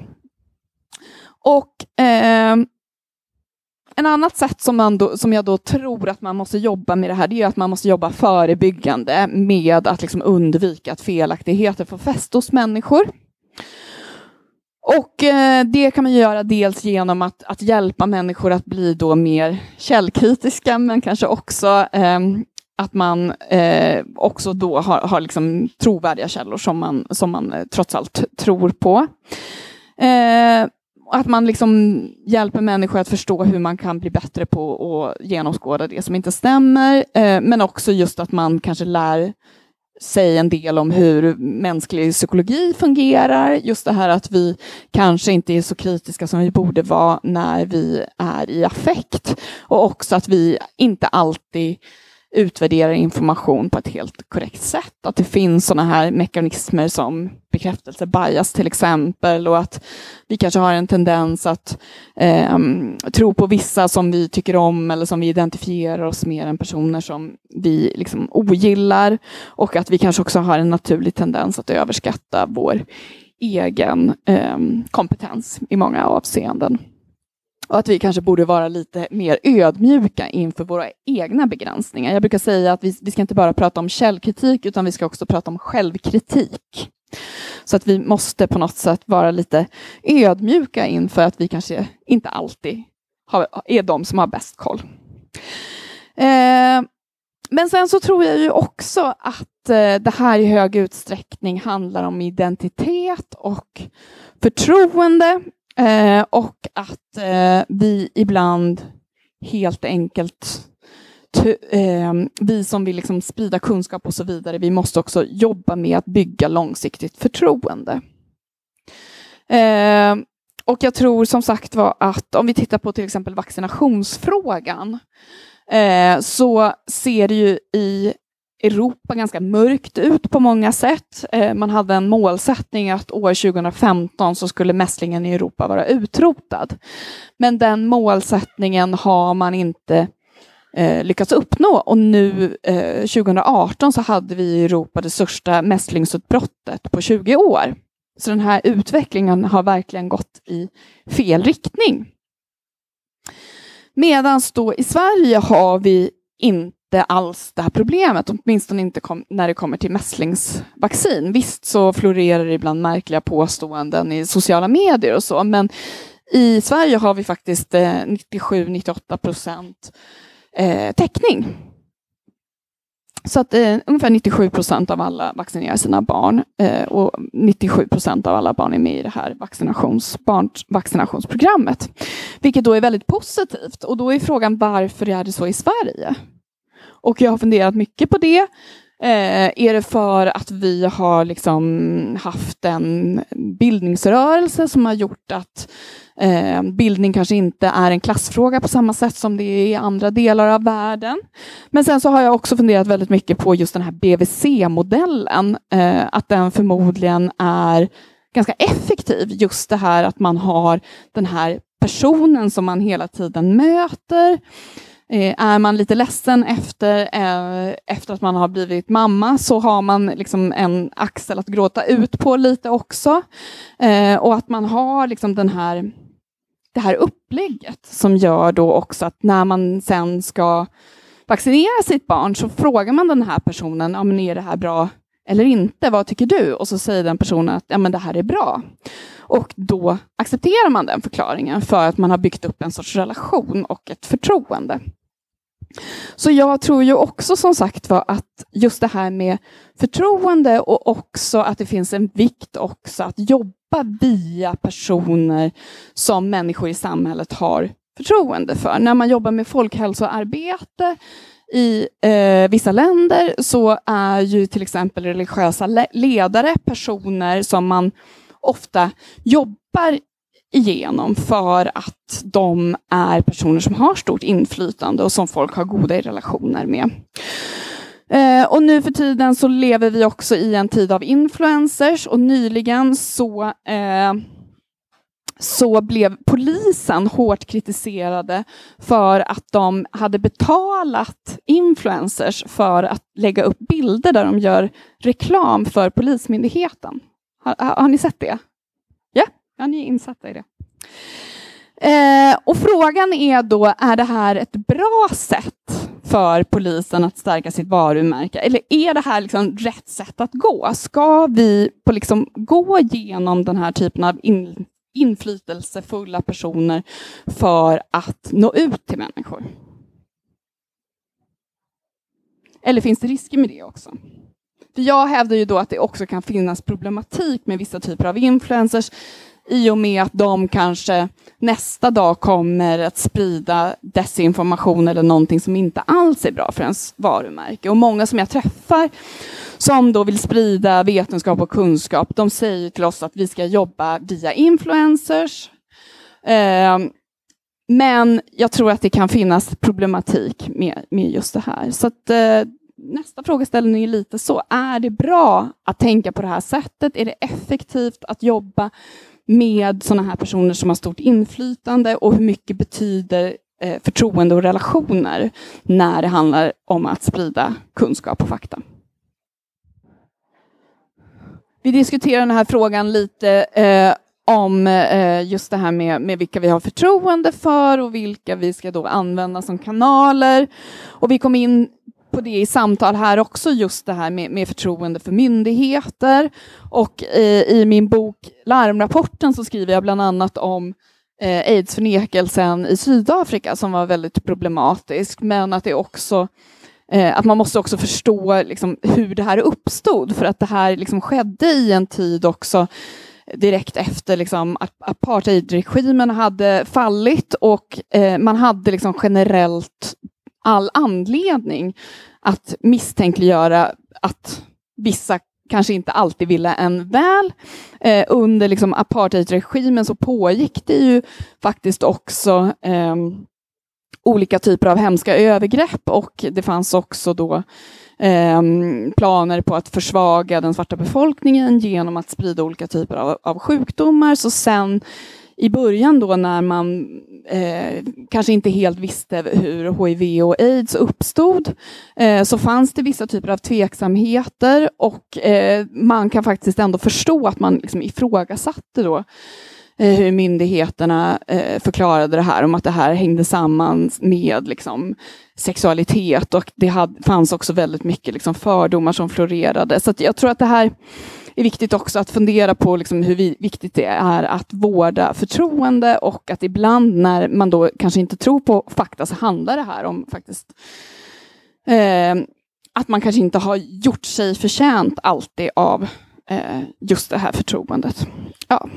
Och eh, En annat sätt som, man då, som jag då tror att man måste jobba med det här, det är att man måste jobba förebyggande med att liksom undvika att felaktigheter får fäste hos människor. Och eh, det kan man göra dels genom att, att hjälpa människor att bli då mer källkritiska, men kanske också eh, att man eh, också då har, har liksom trovärdiga källor som man, som man eh, trots allt tror på. Eh, Att man liksom hjälper människor att förstå hur man kan bli bättre på att genomskåda det som inte stämmer. Eh, men också just att man kanske lär sig en del om hur mänsklig psykologi fungerar. Just det här att vi kanske inte är så kritiska som vi borde vara när vi är i affekt. Och också att vi inte alltid utvärderar information på ett helt korrekt sätt. Att det finns sådana här mekanismer som bekräftelsebias till exempel, och att vi kanske har en tendens att eh, tro på vissa som vi tycker om eller som vi identifierar oss mer än personer som vi liksom ogillar, och att vi kanske också har en naturlig tendens att överskatta vår egen eh, kompetens i många avseenden. Och att vi kanske borde vara lite mer ödmjuka inför våra egna begränsningar. Jag brukar säga att vi, vi ska inte bara prata om källkritik, utan vi ska också prata om självkritik. Så att vi måste på något sätt vara lite ödmjuka inför att vi kanske inte alltid har, är de som har bäst koll. Eh, men sen så tror jag ju också att eh, det här i hög utsträckning handlar om identitet och förtroende. Eh, och att eh, vi ibland helt enkelt, t- eh, vi som vill liksom sprida kunskap och så vidare, vi måste också jobba med att bygga långsiktigt förtroende. Eh, och jag tror som sagt var att om vi tittar på till exempel vaccinationsfrågan, eh, så ser det ju i Europa ganska mörkt ut på många sätt. Eh, man hade en målsättning att år tjugohundrafemton så skulle mässlingen i Europa vara utrotad. Men den målsättningen har man inte eh, lyckats uppnå. Och nu eh, tjugohundraarton så hade vi i Europa det största mässlingsutbrottet på tjugo år. Så den här utvecklingen har verkligen gått i fel riktning. Medan då i Sverige har vi inte alls det här problemet, åtminstone inte kom, när det kommer till mässlingsvaccin. Visst så florerar det ibland märkliga påståenden i sociala medier och så, men i Sverige har vi faktiskt eh, nittiosju till nittioåtta procent eh, täckning. Så att eh, ungefär nittiosju procent av alla vaccinerar sina barn eh, och nittiosju procent av alla barn är med i det här vaccinations, barnvaccinationsprogrammet. Vilket då är väldigt positivt, och då är frågan, varför är det så i Sverige? Och jag har funderat mycket på det. Eh, är det för att vi har liksom haft en bildningsrörelse som har gjort att eh, bildning kanske inte är en klassfråga på samma sätt som det är i andra delar av världen? Men sen så har jag också funderat väldigt mycket på just den här B V C-modellen. Eh, att den förmodligen är ganska effektiv. Just det här att man har den här personen som man hela tiden möter. Eh, är man lite ledsen efter, eh, efter att man har blivit mamma, så har man liksom en axel att gråta ut på lite också. Eh, och att man har liksom den här, det här upplägget som gör då också att när man sen ska vaccinera sitt barn så frågar man den här personen, ja, men är det här bra eller inte? Vad tycker du? Och så säger den personen att ja, men det här är bra. Och då accepterar man den förklaringen för att man har byggt upp en sorts relation och ett förtroende. Så jag tror ju också som sagt var att just det här med förtroende, och också att det finns en vikt också att jobba jobba via personer som människor i samhället har förtroende för. När man jobbar med folkhälsoarbete i eh, vissa länder så är ju till exempel religiösa le- ledare personer som man ofta jobbar igenom för att de är personer som har stort inflytande och som folk har goda relationer med. Eh, och nu för tiden så lever vi också i en tid av influencers och nyligen så eh, så blev polisen hårt kritiserade för att de hade betalat influencers för att lägga upp bilder där de gör reklam för Polismyndigheten. Har, har ni sett det? Ja, ja ni är insatta i det. Eh, och frågan är då, är det här ett bra sätt för polisen att stärka sitt varumärke? Eller är det här liksom rätt sätt att gå? Ska vi på liksom gå igenom den här typen av in, inflytelsefulla personer för att nå ut till människor? Eller finns det risker med det också? För jag hävdar ju då att det också kan finnas problematik med vissa typer av influencers i och med att de kanske nästa dag kommer att sprida desinformation eller någonting som inte alls är bra för ens varumärke. Och många som jag träffar som då vill sprida vetenskap och kunskap, de säger till oss att vi ska jobba via influencers. Eh, men jag tror att det kan finnas problematik med, med just det här. Så att, eh, nästa frågeställning är lite så, är det bra att tänka på det här sättet? Är det effektivt att jobba med sådana här personer som har stort inflytande, och hur mycket betyder eh, förtroende och relationer när det handlar om att sprida kunskap och fakta? Vi diskuterar den här frågan lite eh, om eh, just det här med, med vilka vi har förtroende för och vilka vi ska då använda som kanaler. Och vi kom in på det i samtal här också, just det här med, med förtroende för myndigheter. Och eh, i min bok Larmrapporten så skriver jag bland annat om eh, aidsförnekelsen i Sydafrika som var väldigt problematisk, men att det också eh, att man måste också förstå liksom, hur det här uppstod, för att det här liksom skedde i en tid också direkt efter liksom, att apartheidregimen hade fallit, och eh, man hade liksom generellt all anledning att misstänkliggöra att vissa kanske inte alltid ville en väl. Eh, under liksom apartheidregimen så pågick det ju faktiskt också eh, olika typer av hemska övergrepp, och det fanns också då eh, planer på att försvaga den svarta befolkningen genom att sprida olika typer av, av sjukdomar. Så sen i början då när man eh, kanske inte helt visste hur H I V och aids uppstod, eh, så fanns det vissa typer av tveksamheter, och eh, man kan faktiskt ändå förstå att man liksom ifrågasatte då eh, hur myndigheterna eh, förklarade det här, om att det här hängde samman med liksom, sexualitet, och det hade, fanns också väldigt mycket liksom, fördomar som florerade. Så att jag tror att det här är viktigt också att fundera på liksom hur vi, viktigt det är att vårda förtroende, och att ibland när man då kanske inte tror på fakta så handlar det här om faktiskt eh, att man kanske inte har gjort sig förtjänt alltid av eh, just det här förtroendet. Ja.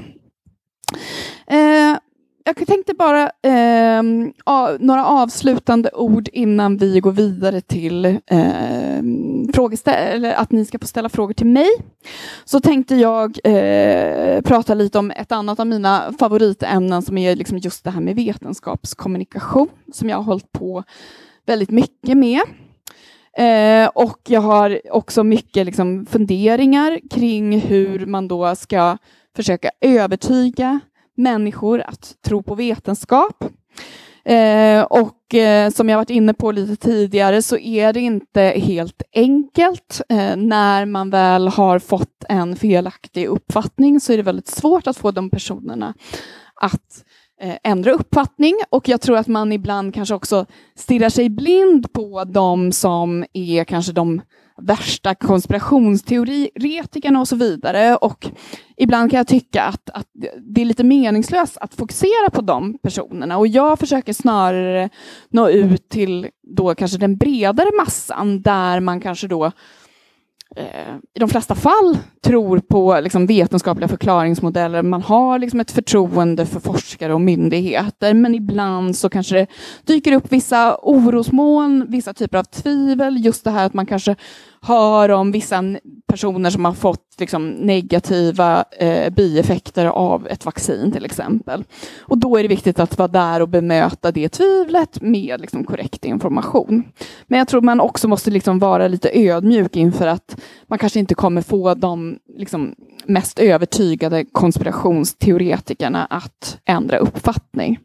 Eh, jag tänkte bara eh, några avslutande ord innan vi går vidare till eh, frågeställ- eller att ni ska få ställa frågor till mig. Så tänkte jag eh, prata lite om ett annat av mina favoritämnen, som är liksom just det här med vetenskapskommunikation, som jag har hållit på väldigt mycket med. Eh, och jag har också mycket liksom, funderingar kring hur man då ska försöka övertyga människor att tro på vetenskap. Eh, och eh, som jag varit inne på lite tidigare så är det inte helt enkelt. Eh, när man väl har fått en felaktig uppfattning så är det väldigt svårt att få de personerna att eh, ändra uppfattning. Och jag tror att man ibland kanske också stirrar sig blind på de som är kanske de värsta konspirationsteoretikerna och så vidare. Och ibland kan jag tycka att, att det är lite meningslöst att fokusera på de personerna. Och jag försöker snarare nå ut till då kanske den bredare massan, där man kanske då eh, i de flesta fall tror på liksom, vetenskapliga förklaringsmodeller. Man har liksom, ett förtroende för forskare och myndigheter, men ibland så kanske det dyker upp vissa orosmoln, vissa typer av tvivel. Just det här att man kanske hör om vissa personer som har fått liksom, negativa eh, bieffekter av ett vaccin till exempel. Och då är det viktigt att vara där och bemöta det tvivlet med liksom, korrekt information. Men jag tror man också måste liksom, vara lite ödmjuk inför att man kanske inte kommer få de liksom, mest övertygade konspirationsteoretikerna att ändra uppfattning.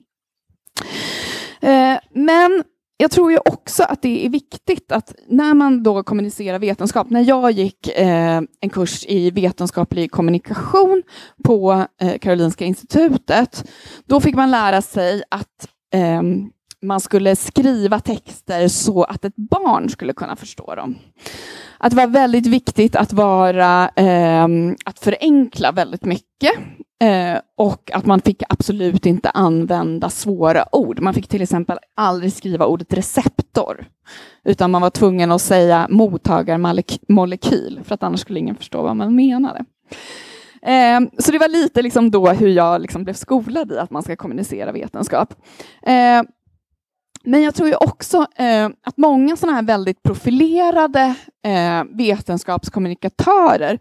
Eh, men jag tror ju också att det är viktigt att när man då kommunicerar vetenskap, när jag gick eh, en kurs i vetenskaplig kommunikation på eh, Karolinska institutet, då fick man lära sig att eh, man skulle skriva texter så att ett barn skulle kunna förstå dem. Att det var väldigt viktigt att vara, eh, att förenkla väldigt mycket. Eh, och att man fick absolut inte använda svåra ord. Man fick till exempel aldrig skriva ordet receptor. Utan man var tvungen att säga mottagarmolekyl. För att annars skulle ingen förstå vad man menade. Eh, så det var lite liksom då hur jag liksom blev skolad i att man ska kommunicera vetenskap. Eh, Men jag tror ju också eh, att många sådana här väldigt profilerade eh, vetenskapskommunikatörer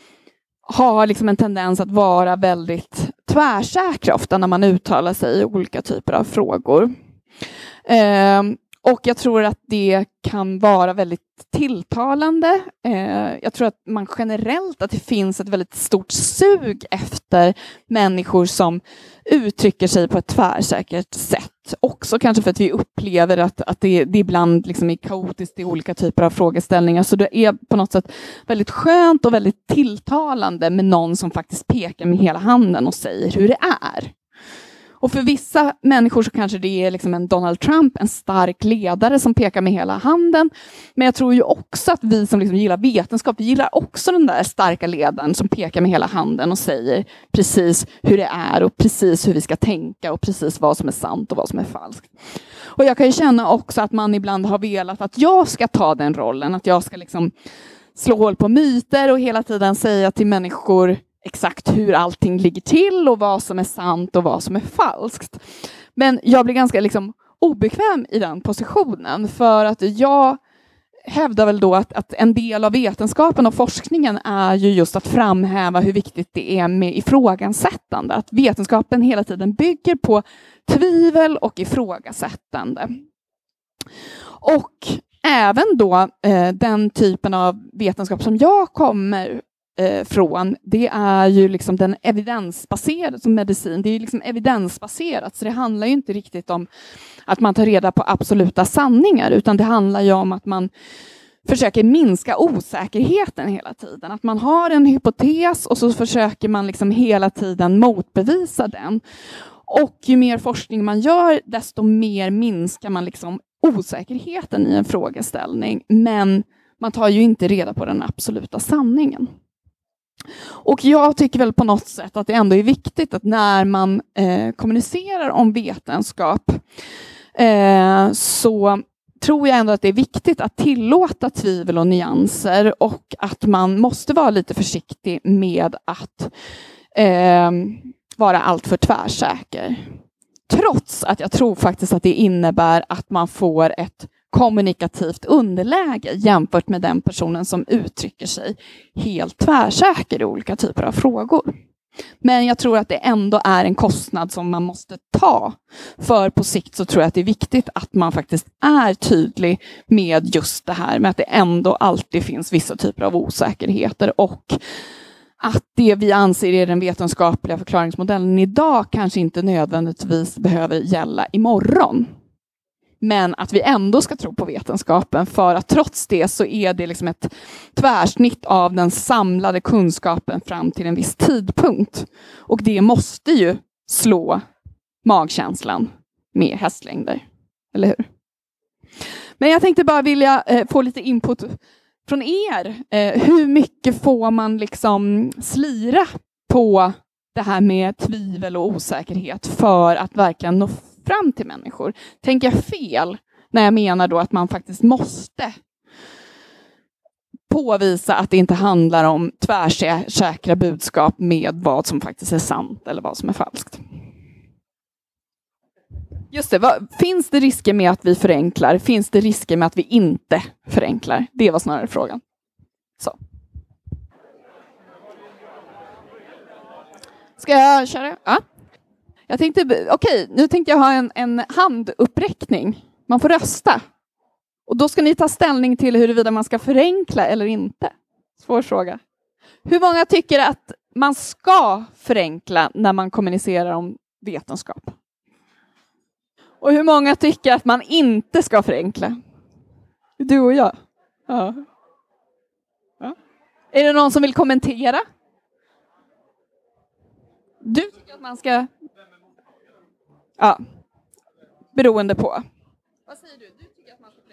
har liksom en tendens att vara väldigt tvärsäkra ofta när man uttalar sig i olika typer av frågor. Eh, och jag tror att det kan vara väldigt tilltalande. Eh, jag tror att man generellt att det finns ett väldigt stort sug efter människor som uttrycker sig på ett tvärsäkert sätt. Också kanske för att vi upplever att, att det, det ibland liksom är kaotiskt i olika typer av frågeställningar. Så det är på något sätt väldigt skönt och väldigt tilltalande med någon som faktiskt pekar med hela handen och säger hur det är. Och för vissa människor så kanske det är liksom en Donald Trump, en stark ledare som pekar med hela handen. Men jag tror ju också att vi som liksom gillar vetenskap, vi gillar också den där starka ledaren som pekar med hela handen och säger precis hur det är och precis hur vi ska tänka och precis vad som är sant och vad som är falskt. Och jag kan ju känna också att man ibland har velat att jag ska ta den rollen, att jag ska liksom slå hål på myter och hela tiden säga till människor exakt hur allting ligger till och vad som är sant och vad som är falskt. Men jag blir ganska liksom obekväm i den positionen för att jag hävdar väl då att, att en del av vetenskapen och forskningen är ju just att framhäva hur viktigt det är med ifrågasättande. Att vetenskapen hela tiden bygger på tvivel och ifrågasättande. Och även då eh, den typen av vetenskap som jag kommer från, det är ju liksom den evidensbaserade som medicin. Det är ju liksom evidensbaserat, så det handlar ju inte riktigt om att man tar reda på absoluta sanningar, utan det handlar ju om att man försöker minska osäkerheten hela tiden. Att man har en hypotes och så försöker man liksom hela tiden motbevisa den. Och ju mer forskning man gör, desto mer minskar man liksom osäkerheten i en frågeställning. Men man tar ju inte reda på den absoluta sanningen. Och jag tycker väl på något sätt att det ändå är viktigt att när man eh, kommunicerar om vetenskap eh, så tror jag ändå att det är viktigt att tillåta tvivel och nyanser och att man måste vara lite försiktig med att eh, vara alltför tvärsäker. Trots att jag tror faktiskt att det innebär att man får ett kommunikativt underläge jämfört med den personen som uttrycker sig helt tvärsäker i olika typer av frågor. Men jag tror att det ändå är en kostnad som man måste ta. För på sikt så tror jag att det är viktigt att man faktiskt är tydlig med just det här med att det ändå alltid finns vissa typer av osäkerheter och att det vi anser är den vetenskapliga förklaringsmodellen idag kanske inte nödvändigtvis behöver gälla imorgon. Men att vi ändå ska tro på vetenskapen för att trots det så är det liksom ett tvärsnitt av den samlade kunskapen fram till en viss tidpunkt. Och det måste ju slå magkänslan med hästlängder. Eller hur? Men jag tänkte bara vilja eh, få lite input från er. Eh, hur mycket får man liksom slira på det här med tvivel och osäkerhet för att verkligen nå fram till människor? Tänker jag fel när jag menar då att man faktiskt måste på påvisa att det inte handlar om tvärsäkra budskap med vad som faktiskt är sant eller vad som är falskt. Just det, vad, finns det risker med att vi förenklar? Finns det risker med att vi inte förenklar? Det var snarare frågan. Så. Ska jag köra? Ja. Jag tänkte, okej, okay, nu tänkte jag ha en, en handuppräckning. Man får rösta. Och då ska ni ta ställning till huruvida man ska förenkla eller inte. Svår fråga. Hur många tycker att man ska förenkla när man kommunicerar om vetenskap? Och hur många tycker att man inte ska förenkla? Du och jag. Ja. Ja. Är det någon som vill kommentera? Du tycker att man ska... Ja. Beroende på. Vad säger du? Du tycker att man ska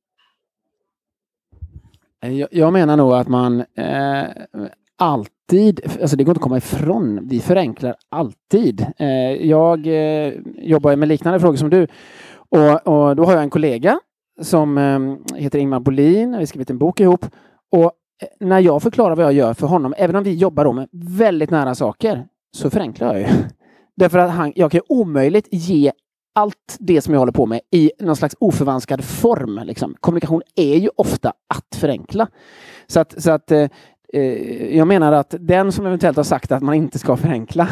förenkla? Jag, jag menar nog att man eh, alltid, alltså det går inte att komma ifrån, vi förenklar alltid. Eh, jag eh, jobbar med liknande frågor som du och, och då har jag en kollega som eh, heter Ingmar Bolin, vi har skrivit en bok ihop och när jag förklarar vad jag gör för honom, även om vi jobbar då med väldigt nära saker, så förenklar jag ju. Därför att han, jag kan omöjligt ge allt det som jag håller på med i någon slags oförvanskad form. Liksom. Kommunikation är ju ofta att förenkla. Så att, så att eh, jag menar att den som eventuellt har sagt att man inte ska förenkla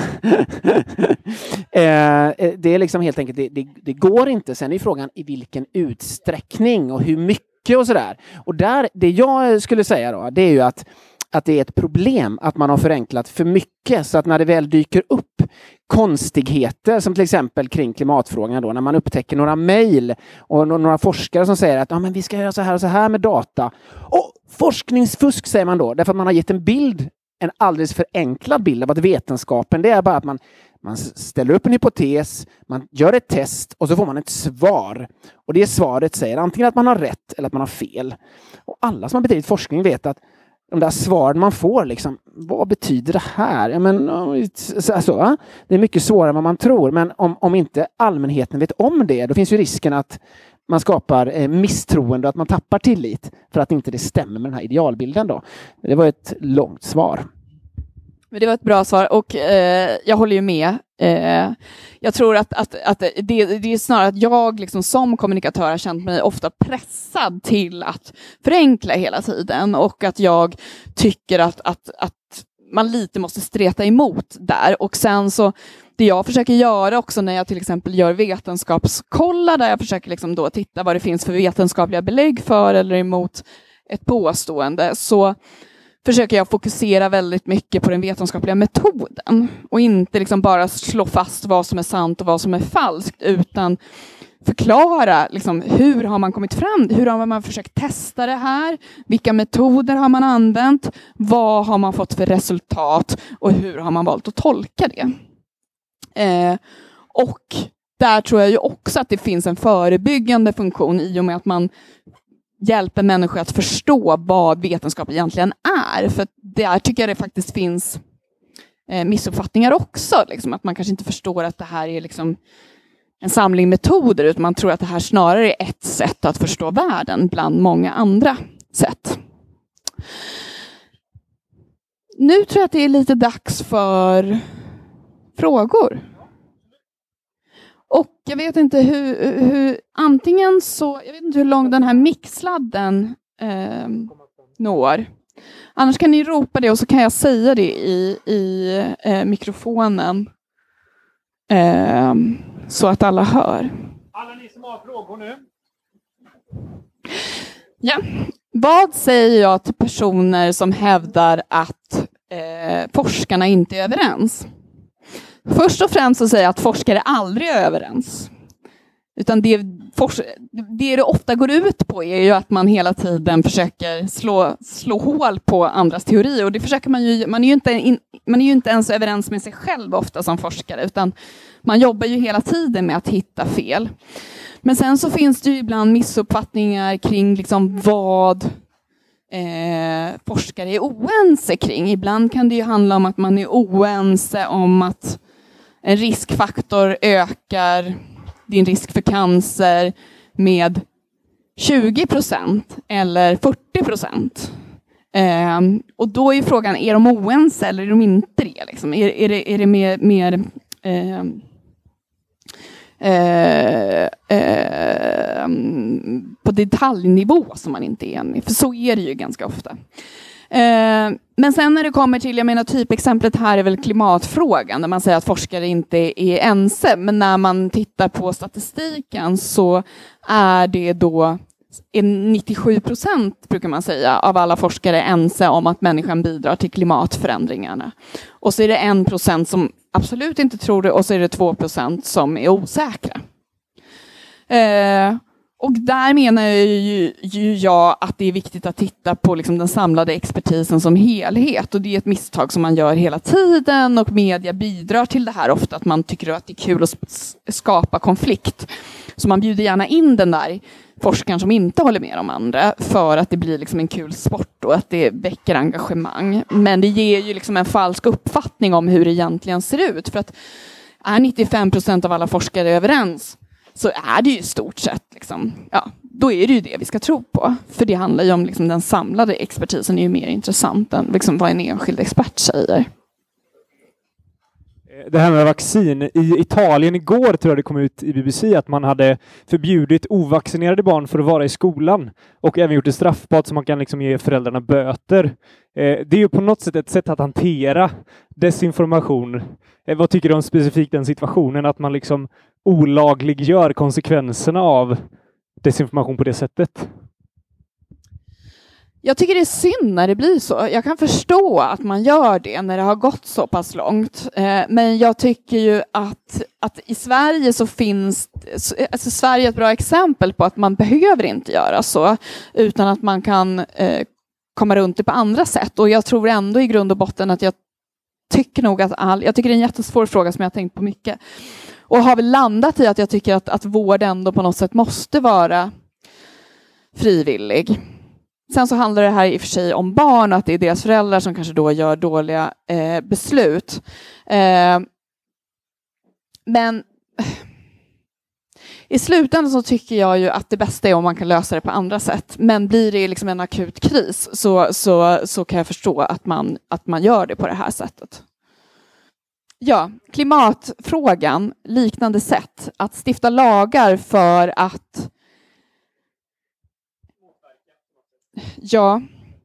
eh, det är liksom helt enkelt, det, det, det går inte. Sen är frågan i vilken utsträckning och hur mycket och sådär. Och där, det jag skulle säga då, det är ju att att det är ett problem att man har förenklat för mycket så att när det väl dyker upp konstigheter som till exempel kring klimatfrågan då, när man upptäcker några mejl och några forskare som säger att ja, men vi ska göra så här och så här med data. Och forskningsfusk säger man då, därför att man har gett en bild, en alldeles förenklad bild av att vetenskapen, det är bara att man, man ställer upp en hypotes, man gör ett test och så får man ett svar. Och det svaret säger antingen att man har rätt eller att man har fel. Och alla som har bedrivit forskning vet att de där svaren man får, liksom, vad betyder det här? Ja, men, alltså, det är mycket svårare än vad man tror. Men om, om inte allmänheten vet om det, då finns ju risken att man skapar eh, misstroende och att man tappar tillit för att inte det stämmer med den här idealbilden. Då. Det var ett långt svar. Men det var ett bra svar och eh, jag håller ju med. Eh, jag tror att, att, att det, det är snarare att jag liksom som kommunikatör har känt mig ofta pressad till att förenkla hela tiden och att jag tycker att, att, att man lite måste streta emot där. Och sen så, det jag försöker göra också när jag till exempel gör vetenskapskollar där jag försöker liksom då titta vad det finns för vetenskapliga belägg för eller emot ett påstående, så försöker jag fokusera väldigt mycket på den vetenskapliga metoden och inte liksom bara slå fast vad som är sant och vad som är falskt, utan förklara liksom, hur har man kommit fram, hur har man försökt testa det här, vilka metoder har man använt, vad har man fått för resultat och hur har man valt att tolka det. Eh, och där tror jag ju också att det finns en förebyggande funktion i och med att man hjälper människor att förstå vad vetenskap egentligen är. För där tycker jag det faktiskt finns eh, missuppfattningar också. Liksom, att man kanske inte förstår att det här är liksom en samling metoder, utan man tror att det här snarare är ett sätt att förstå världen bland många andra sätt. Nu tror jag att det är lite dags för frågor. Och jag vet inte hur, hur antingen så, jag vet inte hur lång den här mixladden eh, når. Annars kan ni ropa det och så kan jag säga det i, i eh, mikrofonen eh, så att alla hör. Alla ni som har frågor nu. Ja. Vad säger jag till personer som hävdar att eh, forskarna inte är överens? Först och främst så säger jag att forskare aldrig är överens. Utan det, det det ofta går ut på är ju att man hela tiden försöker slå, slå hål på andras teorier. Och det försöker man ju, man är ju inte, in, man är ju inte ens överens med sig själv ofta som forskare. Utan man jobbar ju hela tiden med att hitta fel. Men sen så finns det ju ibland missuppfattningar kring liksom vad eh, forskare är oense kring. Ibland kan det ju handla om att man är oense om att en riskfaktor ökar din risk för cancer med tjugo procent eller fyrtio procent. Eh, och då är ju frågan, är de oense eller är de inte det? Liksom? Är, är det, är det mer, mer eh, eh, eh, på detaljnivå som man inte är enig? För så är det ju ganska ofta. Eh, men sen när det kommer till, jag menar typexemplet här är väl klimatfrågan, där man säger att forskare inte är ense. Men när man tittar på statistiken så är det då nittiosju procent brukar man säga av alla forskare ense om att människan bidrar till klimatförändringarna. Och så är det en procent som absolut inte tror det, och så är det två procent som är osäkra. Eh, och där menar ju, ju jag att det är viktigt att titta på liksom den samlade expertisen som helhet. Och det är ett misstag som man gör hela tiden, och media bidrar till det här ofta, att man tycker att det är kul att skapa konflikt. Så man bjuder gärna in den där forskaren som inte håller med de andra, för att det blir liksom en kul sport och att det väcker engagemang. Men det ger ju liksom en falsk uppfattning om hur det egentligen ser ut. För att är nittiofem procent av alla forskare överens, så är det ju i stort sett liksom, ja, då är det ju det vi ska tro på. För det handlar ju om liksom den samlade expertisen är ju mer intressant än liksom vad en enskild expert säger. Det här med vaccin. I Italien igår tror jag det kom ut i B B C att man hade förbjudit ovaccinerade barn för att vara i skolan. Och även gjort det straffbart så man kan liksom ge föräldrarna böter. Eh, det är ju på något sätt ett sätt att hantera desinformation. Eh, vad tycker du om specifikt den situationen? Att man liksom olagliggör konsekvenserna av desinformation på det sättet? Jag tycker det är synd när det blir så. Jag kan förstå att man gör det när det har gått så pass långt. Eh, men jag tycker ju att, att i Sverige så finns... Alltså Sverige är ett bra exempel på att man behöver inte göra så. Utan att man kan eh, komma runt det på andra sätt. Och jag tror ändå i grund och botten att jag tycker nog att all... Jag tycker det är en jättesvår fråga som jag har tänkt på mycket. Och har väl landat i att jag tycker att, att vård ändå på något sätt måste vara frivillig. Sen så handlar det här i och för sig om barn och att det är deras föräldrar som kanske då gör dåliga eh, beslut. Eh, men i slutändan så tycker jag ju att det bästa är om man kan lösa det på andra sätt. Men blir det liksom en akut kris så, så, så kan jag förstå att man, att man gör det på det här sättet. Ja, klimatfrågan, liknande sätt. Att stifta lagar för att Ja.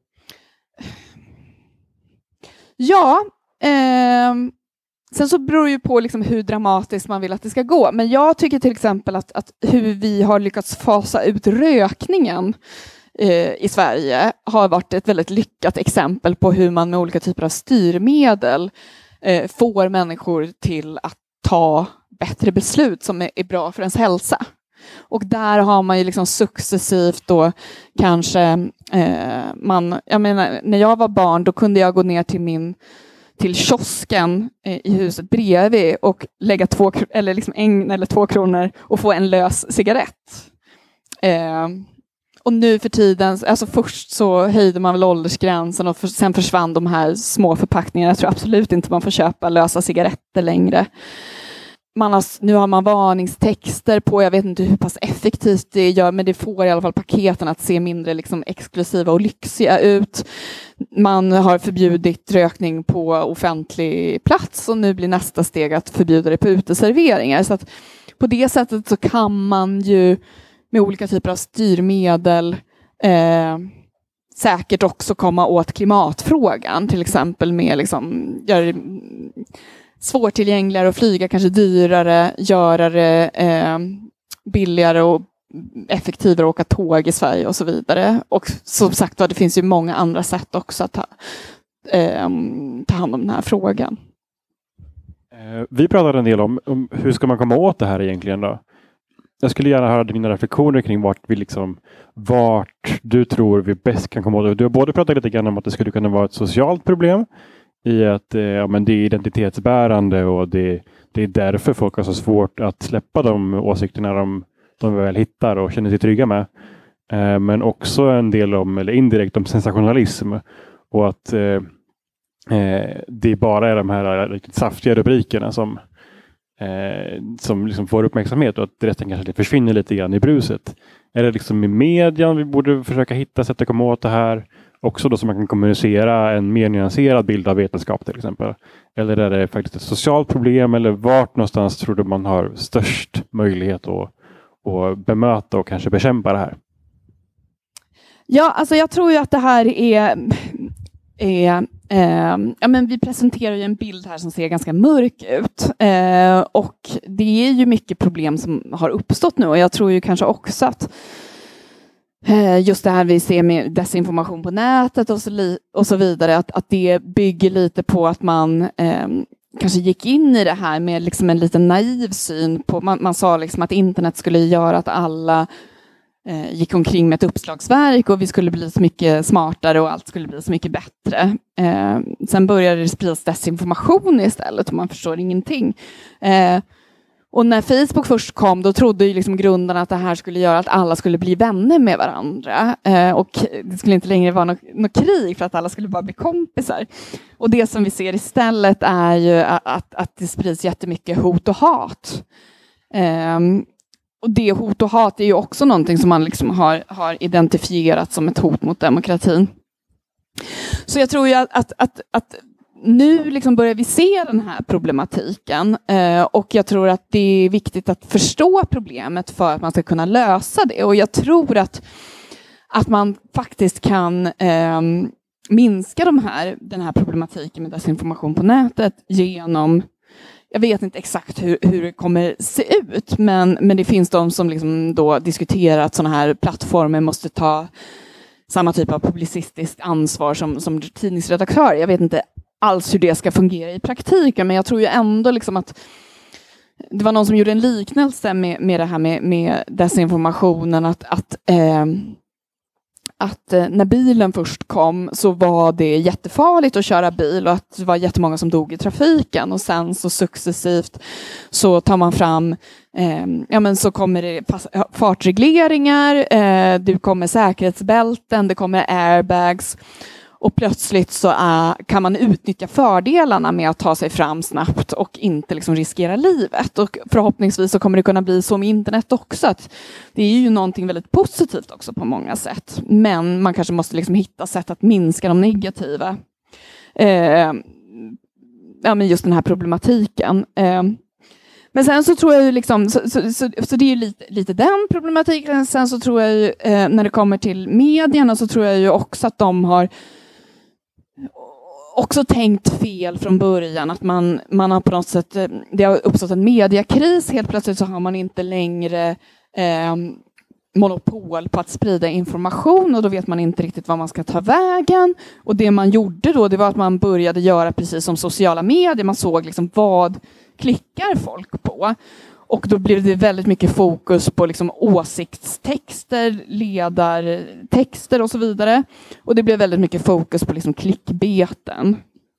Ja. Eh, sen så beror det ju på liksom hur dramatiskt man vill att det ska gå. Men jag tycker till exempel att, att hur vi har lyckats fasa ut rökningen eh, i Sverige har varit ett väldigt lyckat exempel på hur man med olika typer av styrmedel eh, får människor till att ta bättre beslut som är, är bra för ens hälsa. Och där har man ju liksom successivt då kanske eh, man, jag menar när jag var barn då kunde jag gå ner till min till kiosken eh, i huset bredvid och lägga två eller liksom en eller två kronor och få en lös cigarett. Eh, och nu för tiden, alltså först så höjde man väl åldersgränsen och för, sen försvann de här små förpackningarna. Jag tror absolut inte man får köpa lösa cigaretter längre. Man har, nu har man varningstexter på, jag vet inte hur pass effektivt det gör, men det får i alla fall paketen att se mindre liksom exklusiva och lyxiga ut. Man har förbjudit rökning på offentlig plats och nu blir nästa steg att förbjuda det på uteserveringar. Så att på det sättet så kan man ju med olika typer av styrmedel eh, säkert också komma åt klimatfrågan, till exempel med liksom gör svårtillgängligare att flyga, kanske dyrare, göra det eh, billigare och effektivare att åka tåg i Sverige och så vidare. Och som sagt var, det finns ju många andra sätt också att ta, eh, ta hand om den här frågan. Vi pratade en del om, om hur ska man komma åt det här egentligen då? Jag skulle gärna höra dina reflektioner kring vart vi liksom, vart du tror vi bäst kan komma åt det. Du har både pratat lite grann om att det skulle kunna vara ett socialt problem i att eh, ja, men det är identitetsbärande och det, det är därför folk har så svårt att släppa de åsikterna de, de väl hittar och känner sig trygga med. Eh, men också en del om, eller indirekt om sensationalism och att eh, eh, det bara är de här riktigt saftiga rubrikerna som, eh, som liksom får uppmärksamhet och att resten kanske försvinner lite grann i bruset. Är det liksom i median vi borde försöka hitta sätt att komma åt det här? också då så man kan kommunicera en mer nyanserad bild av vetenskap till exempel? Eller är det faktiskt ett socialt problem, eller vart någonstans tror du man har störst möjlighet att, att bemöta och kanske bekämpa det här? Ja, alltså jag tror ju att det här är, är eh, ja, men vi presenterar ju en bild här som ser ganska mörk ut. Eh, och det är ju mycket problem som har uppstått nu, och jag tror ju kanske också att eh, just det här vi ser med desinformation på nätet och så, li- och så vidare, att, att det bygger lite på att man eh, kanske gick in i det här med liksom en liten naiv syn på, man, man sa liksom att internet skulle göra att alla Eh, gick omkring med ett uppslagsverk och vi skulle bli så mycket smartare och allt skulle bli så mycket bättre. Eh, sen började det spridas desinformation istället och man förstår ingenting. Eh, och när Facebook först kom, då trodde ju liksom grundarna att det här skulle göra att alla skulle bli vänner med varandra. Eh, och det skulle inte längre vara något, något krig för att alla skulle bara bli kompisar. Och det som vi ser istället är ju att, att, att det sprids jättemycket hot och hat. Eh, Och det hot och hat är ju också någonting som man liksom har, har identifierat som ett hot mot demokratin. Så jag tror ju att, att, att, att nu liksom börjar vi se den här problematiken. Eh, och jag tror att det är viktigt att förstå problemet för att man ska kunna lösa det. Och jag tror att, att man faktiskt kan eh, minska de här, den här problematiken med desinformation på nätet genom... Jag vet inte exakt hur, hur det kommer se ut, men, men det finns de som liksom då diskuterar att sådana här plattformar måste ta samma typ av publicistiskt ansvar som, som tidningsredaktör. Jag vet inte alls hur det ska fungera i praktiken, men jag tror ju ändå liksom att det var någon som gjorde en liknelse med, med det här med, med desinformationen, att, att eh, att eh, när bilen först kom så var det jättefarligt att köra bil och att det var jättemånga som dog i trafiken, och sen så successivt så tar man fram eh, ja men så kommer det fartregleringar, eh, det kommer säkerhetsbälten, det kommer airbags, och plötsligt så är, kan man utnyttja fördelarna med att ta sig fram snabbt och inte liksom riskera livet. Och förhoppningsvis så kommer det kunna bli så med internet också. Att det är ju någonting väldigt positivt också på många sätt. Men man kanske måste liksom hitta sätt att minska de negativa. Eh, ja, men just den här problematiken. Eh, men sen så tror jag ju liksom, så, så, så, så det är ju lite, lite den problematiken. Sen så tror jag ju, eh, när det kommer till medierna, så tror jag ju också att de har också tänkt fel från början, att man, man har på något sätt, det har uppstått en mediekris, helt plötsligt så har man inte längre eh, monopol på att sprida information, och då vet man inte riktigt vad man ska ta vägen. Och det man gjorde då, det var att man började göra precis som sociala medier, man såg liksom vad klickar folk på. Och då blev det väldigt mycket fokus på liksom åsiktstexter, ledartexter och så vidare. Och det blev väldigt mycket fokus på liksom klickbeten.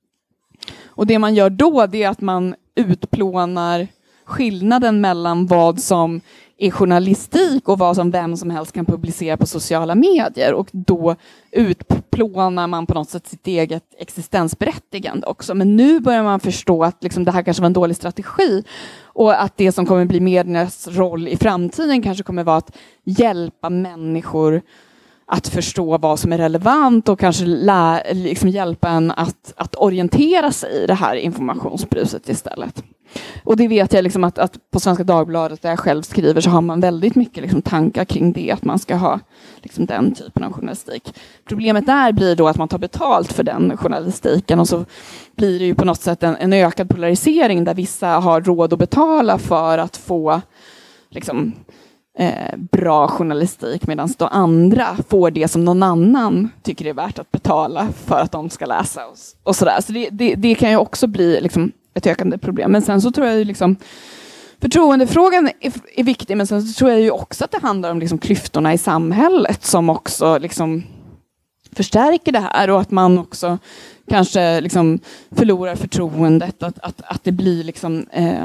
Och det man gör då, det är att man utplånar skillnaden mellan vad som är journalistik och vad som vem som helst kan publicera på sociala medier. Och då utplånar man på något sätt sitt eget existensberättigande också. Men nu börjar man förstå att liksom det här kanske var en dålig strategi. Och att det som kommer bli mediernas roll i framtiden kanske kommer vara att hjälpa människor att förstå vad som är relevant och kanske lä- liksom hjälpa en att, att orientera sig i det här informationsbruset istället. Och det vet jag liksom att, att på Svenska Dagbladet, där jag själv skriver, så har man väldigt mycket liksom tankar kring det, att man ska ha liksom den typen av journalistik. Problemet där blir då att man tar betalt för den journalistiken, och så blir det ju på något sätt en, en ökad polarisering där vissa har råd att betala för att få liksom Eh, bra journalistik, medan de andra får det som någon annan tycker är värt att betala för att de ska läsa och, och sådär. Så det, det, det kan ju också bli liksom ett ökande problem. Men sen så tror jag ju liksom förtroendefrågan är, är viktig, men sen så tror jag ju också att det handlar om liksom klyftorna i samhället som också liksom förstärker det här, och att man också kanske liksom förlorar förtroendet, att, att, att det blir liksom eh,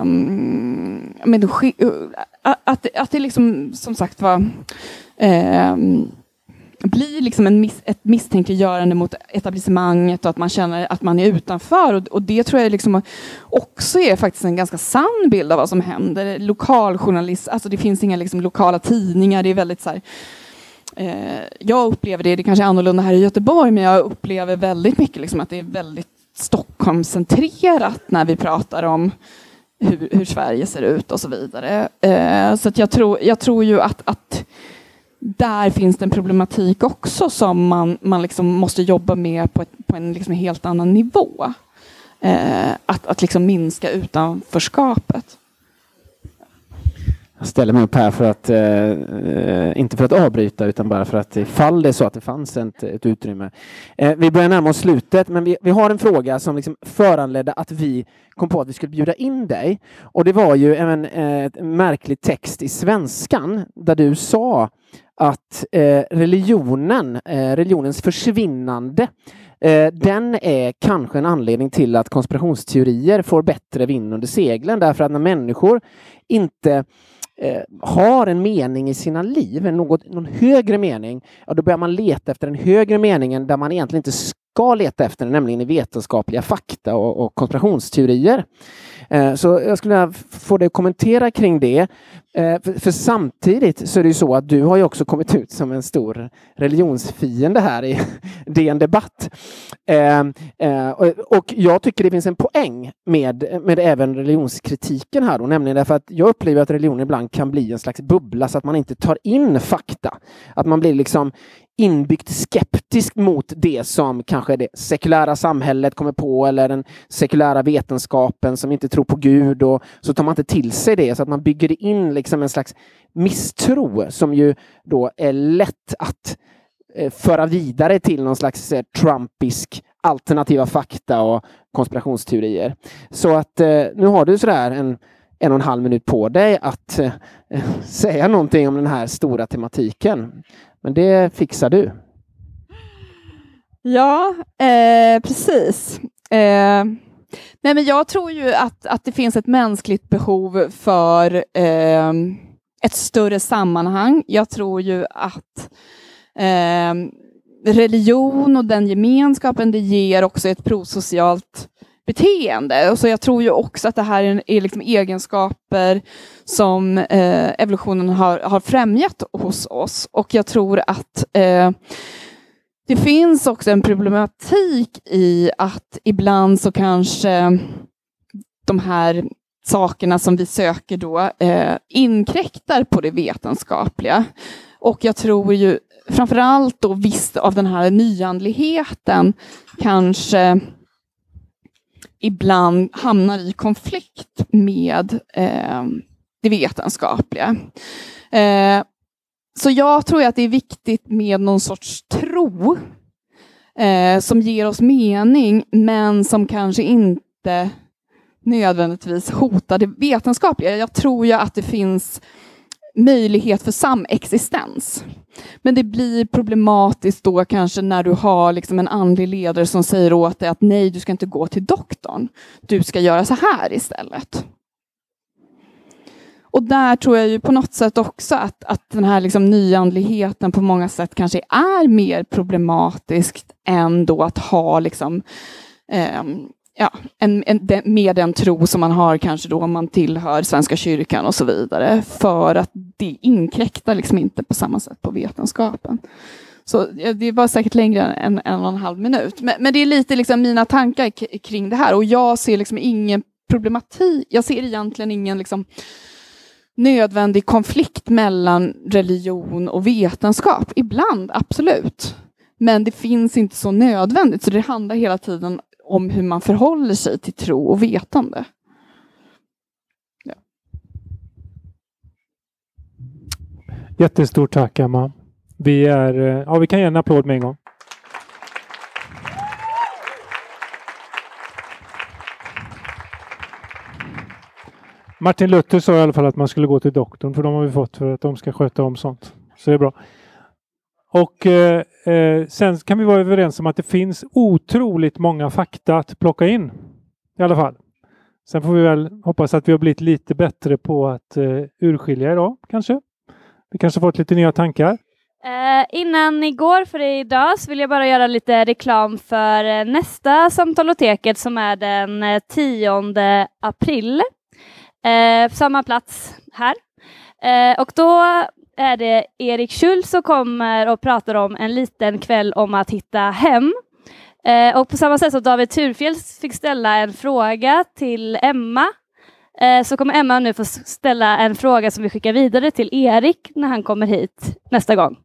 men, att, att det liksom som sagt var eh, blir liksom en miss, ett misstänkliggörande mot etablissemanget, och att man känner att man är utanför, och, och det tror jag liksom också är faktiskt en ganska sann bild av vad som händer. Lokaljournalist, alltså det finns inga liksom lokala tidningar, det är väldigt så här eh, jag upplever det, det kanske är annorlunda här i Göteborg, men jag upplever väldigt mycket liksom att det är väldigt Stockholmscentrerat när vi pratar om hur, hur Sverige ser ut och så vidare. Eh, så att jag, tror, jag tror ju att, att där finns det en problematik också som man, man liksom måste jobba med på, ett, på en liksom helt annan nivå. Eh, att att liksom minska utanförskapet. Jag ställer mig upp här för att, eh, inte för att avbryta utan bara för att ifall det är så att det fanns ett, ett utrymme. Eh, vi börjar närma oss slutet, men vi, vi har en fråga som liksom föranledde att vi kom på att vi skulle bjuda in dig. Och det var ju en, en märklig text i svenskan där du sa att eh, religionen, eh, religionens försvinnande, eh, den är kanske en anledning till att konspirationsteorier får bättre vind under seglen. Därför att när människor inte eh, har en mening i sina liv, en något, någon högre mening, ja, då börjar man leta efter den högre meningen där man egentligen inte ska leta efter den, nämligen i vetenskapliga fakta och, och konspirationsteorier. Eh, så jag skulle vilja få dig att kommentera kring det. Eh, för, för samtidigt så är det ju så att du har ju också kommit ut som en stor religionsfiende här i D N Debatt. Eh, eh, och, och jag tycker det finns en poäng med, med även religionskritiken här då, nämligen därför att jag upplever att religion ibland kan bli en slags bubbla så att man inte tar in fakta. Att man blir liksom inbyggt skeptisk mot det som kanske det sekulära samhället kommer på eller den sekulära vetenskapen som inte tror på Gud, och så tar man inte till sig det, så att man bygger in liksom en slags misstro som ju då är lätt att eh, föra vidare till någon slags eh, trumpisk alternativa fakta och konspirationsteorier. Så att eh, nu har du sådär en en och en halv minut på dig att eh, säga någonting om den här stora tematiken. Men det fixar du. Ja, eh, precis. Eh, nej men jag tror ju att, att det finns ett mänskligt behov för eh, ett större sammanhang. Jag tror ju att eh, religion och den gemenskapen det ger också ett prosocialt beteende. Och så jag tror ju också att det här är, är liksom egenskaper som eh, evolutionen har, har främjat hos oss. Och jag tror att eh, det finns också en problematik i att ibland så kanske de här sakerna som vi söker då eh, inkräktar på det vetenskapliga. Och jag tror ju framförallt då visst av den här nyandligheten kanske ibland hamnar i konflikt med eh, det vetenskapliga. Eh, så jag tror att det är viktigt med någon sorts tro eh, som ger oss mening, men som kanske inte nödvändigtvis hotar det vetenskapliga. Jag tror ju att det finns möjlighet för samexistens. Men det blir problematiskt då kanske när du har liksom en andlig ledare som säger åt dig att nej, du ska inte gå till doktorn. Du ska göra så här istället. Och där tror jag ju på något sätt också att, att den här liksom nyandligheten på många sätt kanske är mer problematiskt än då att ha liksom eh, ja, en, en, med den tro som man har kanske då om man tillhör Svenska kyrkan och så vidare. För att det inkräktar liksom inte på samma sätt på vetenskapen. Så det var säkert längre än en och en halv minut. Men, men det är lite liksom mina tankar k- kring det här. Och jag ser liksom ingen problematik. Jag ser egentligen ingen liksom nödvändig konflikt mellan religion och vetenskap. Ibland, absolut. Men det finns inte så nödvändigt. Så det handlar hela tiden om hur man förhåller sig till tro och vetande. Ja. Jättestort tack, Emma. Vi, är, ja, vi kan ge en applåd med en gång. Martin Luther sa i alla fall att man skulle gå till doktorn, för de har vi fått för att de ska sköta om sånt. Så det är bra. Och eh, sen kan vi vara överens om att det finns otroligt många fakta att plocka in. I alla fall. Sen får vi väl hoppas att vi har blivit lite bättre på att eh, urskilja idag, kanske. Vi kanske fått lite nya tankar. Eh, innan ni går för idag så vill jag bara göra lite reklam för eh, nästa Samtaloteket som är den eh, tionde april. Eh, på samma plats här. Eh, och då är det Erik Schultz som kommer och pratar om en liten kväll om att hitta hem. Eh, och på samma sätt som David Thurfjell fick ställa en fråga till Emma, eh, så kommer Emma nu få ställa en fråga som vi skickar vidare till Erik när han kommer hit nästa gång.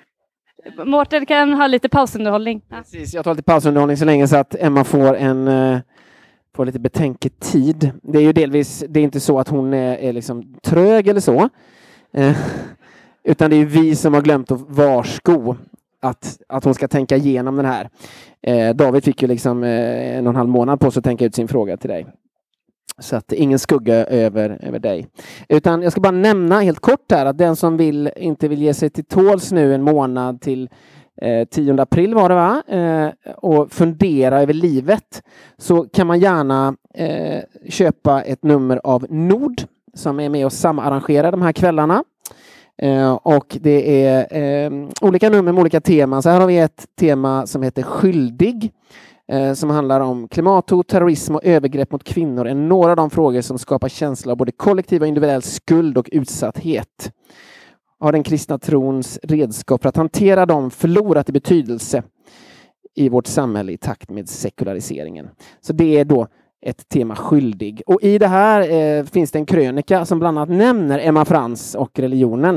Mårten kan ha lite pausunderhållning. Precis, jag tar lite pausunderhållning så länge så att Emma får en uh, får lite betänketid. Det är ju delvis, det är inte så att hon är, är liksom trög eller så. Uh, utan det är vi som har glömt att varsko att, att hon ska tänka igenom den här. Uh, David fick ju liksom uh, en och en halv månad på sig att tänka ut sin fråga till dig. Så att ingen skugga över, över dig. Utan jag ska bara nämna helt kort här att den som vill, inte vill ge sig till tåls nu en månad till eh, tionde april var det va? Eh, och fundera över livet, så kan man gärna eh, köpa ett nummer av Nord som är med och samarrangerar de här kvällarna. Eh, och det är eh, olika nummer med olika teman. Så här har vi ett tema som heter Skyldig. Som handlar om klimathot, terrorism och övergrepp mot kvinnor är några av de frågor som skapar känsla av både kollektiv och individuell skuld och utsatthet. Har den kristna trons redskap för att hantera dem förlorat i betydelse i vårt samhälle i takt med sekulariseringen. Så det är då ett tema Skyldig. Och i det här eh, finns det en krönika som bland annat nämner Emma Frans och religionen.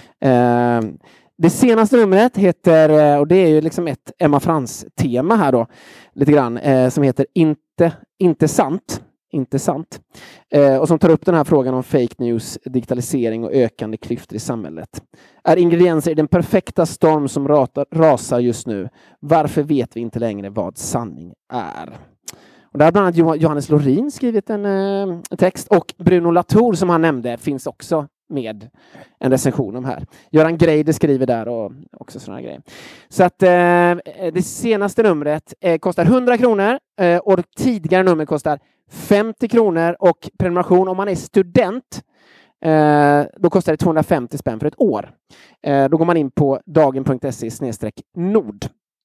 Eh, Det senaste numret heter, och det är ju liksom ett Emma Frans-tema här då, lite grann, eh, som heter Inte, inte sant. Inte sant. Eh, och som tar upp den här frågan om fake news, digitalisering och ökande klyftor i samhället. Är ingredienser i den perfekta storm som ratar, rasar just nu. Varför vet vi inte längre vad sanning är? Och där har bland annat Johannes Lorin skrivit en eh, text, och Bruno Latour som han nämnde finns också med en recension om här. Göran Greider skriver där och också sådana grejer. Så att eh, det senaste numret eh, kostar hundra kronor eh, och det tidigare numret kostar femtio kronor, och prenumeration om man är student eh, då kostar det tvåhundrafemtio spänn för ett år. Eh, då går man in på dagen punkt se slash nord.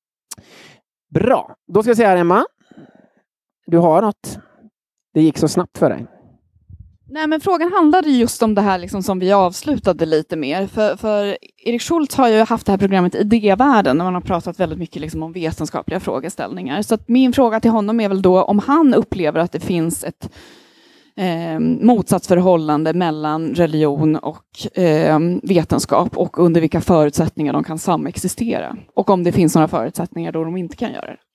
Bra, då ska jag säga Emma, du har något. Det gick så snabbt för dig. Nej, men frågan handlade just om det här liksom som vi avslutade lite mer. För, för Erik Schultz har ju haft det här programmet Idévärlden där man har pratat väldigt mycket liksom om vetenskapliga frågeställningar. Så att min fråga till honom är väl då om han upplever att det finns ett eh, motsatsförhållande mellan religion och eh, vetenskap, och under vilka förutsättningar de kan samexistera. Och om det finns några förutsättningar då de inte kan göra det.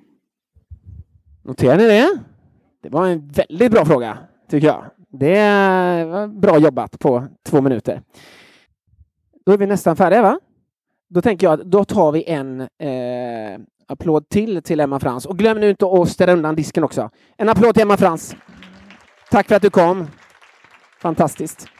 Noterar ni det? Det var en väldigt bra fråga, tycker jag. Det var bra jobbat på två minuter. Då är vi nästan färdiga, va? Då tänker jag att då tar vi en eh, applåd till till Emma Frans. Och glöm nu inte att ställa undan disken också. En applåd till Emma Frans. Tack för att du kom. Fantastiskt.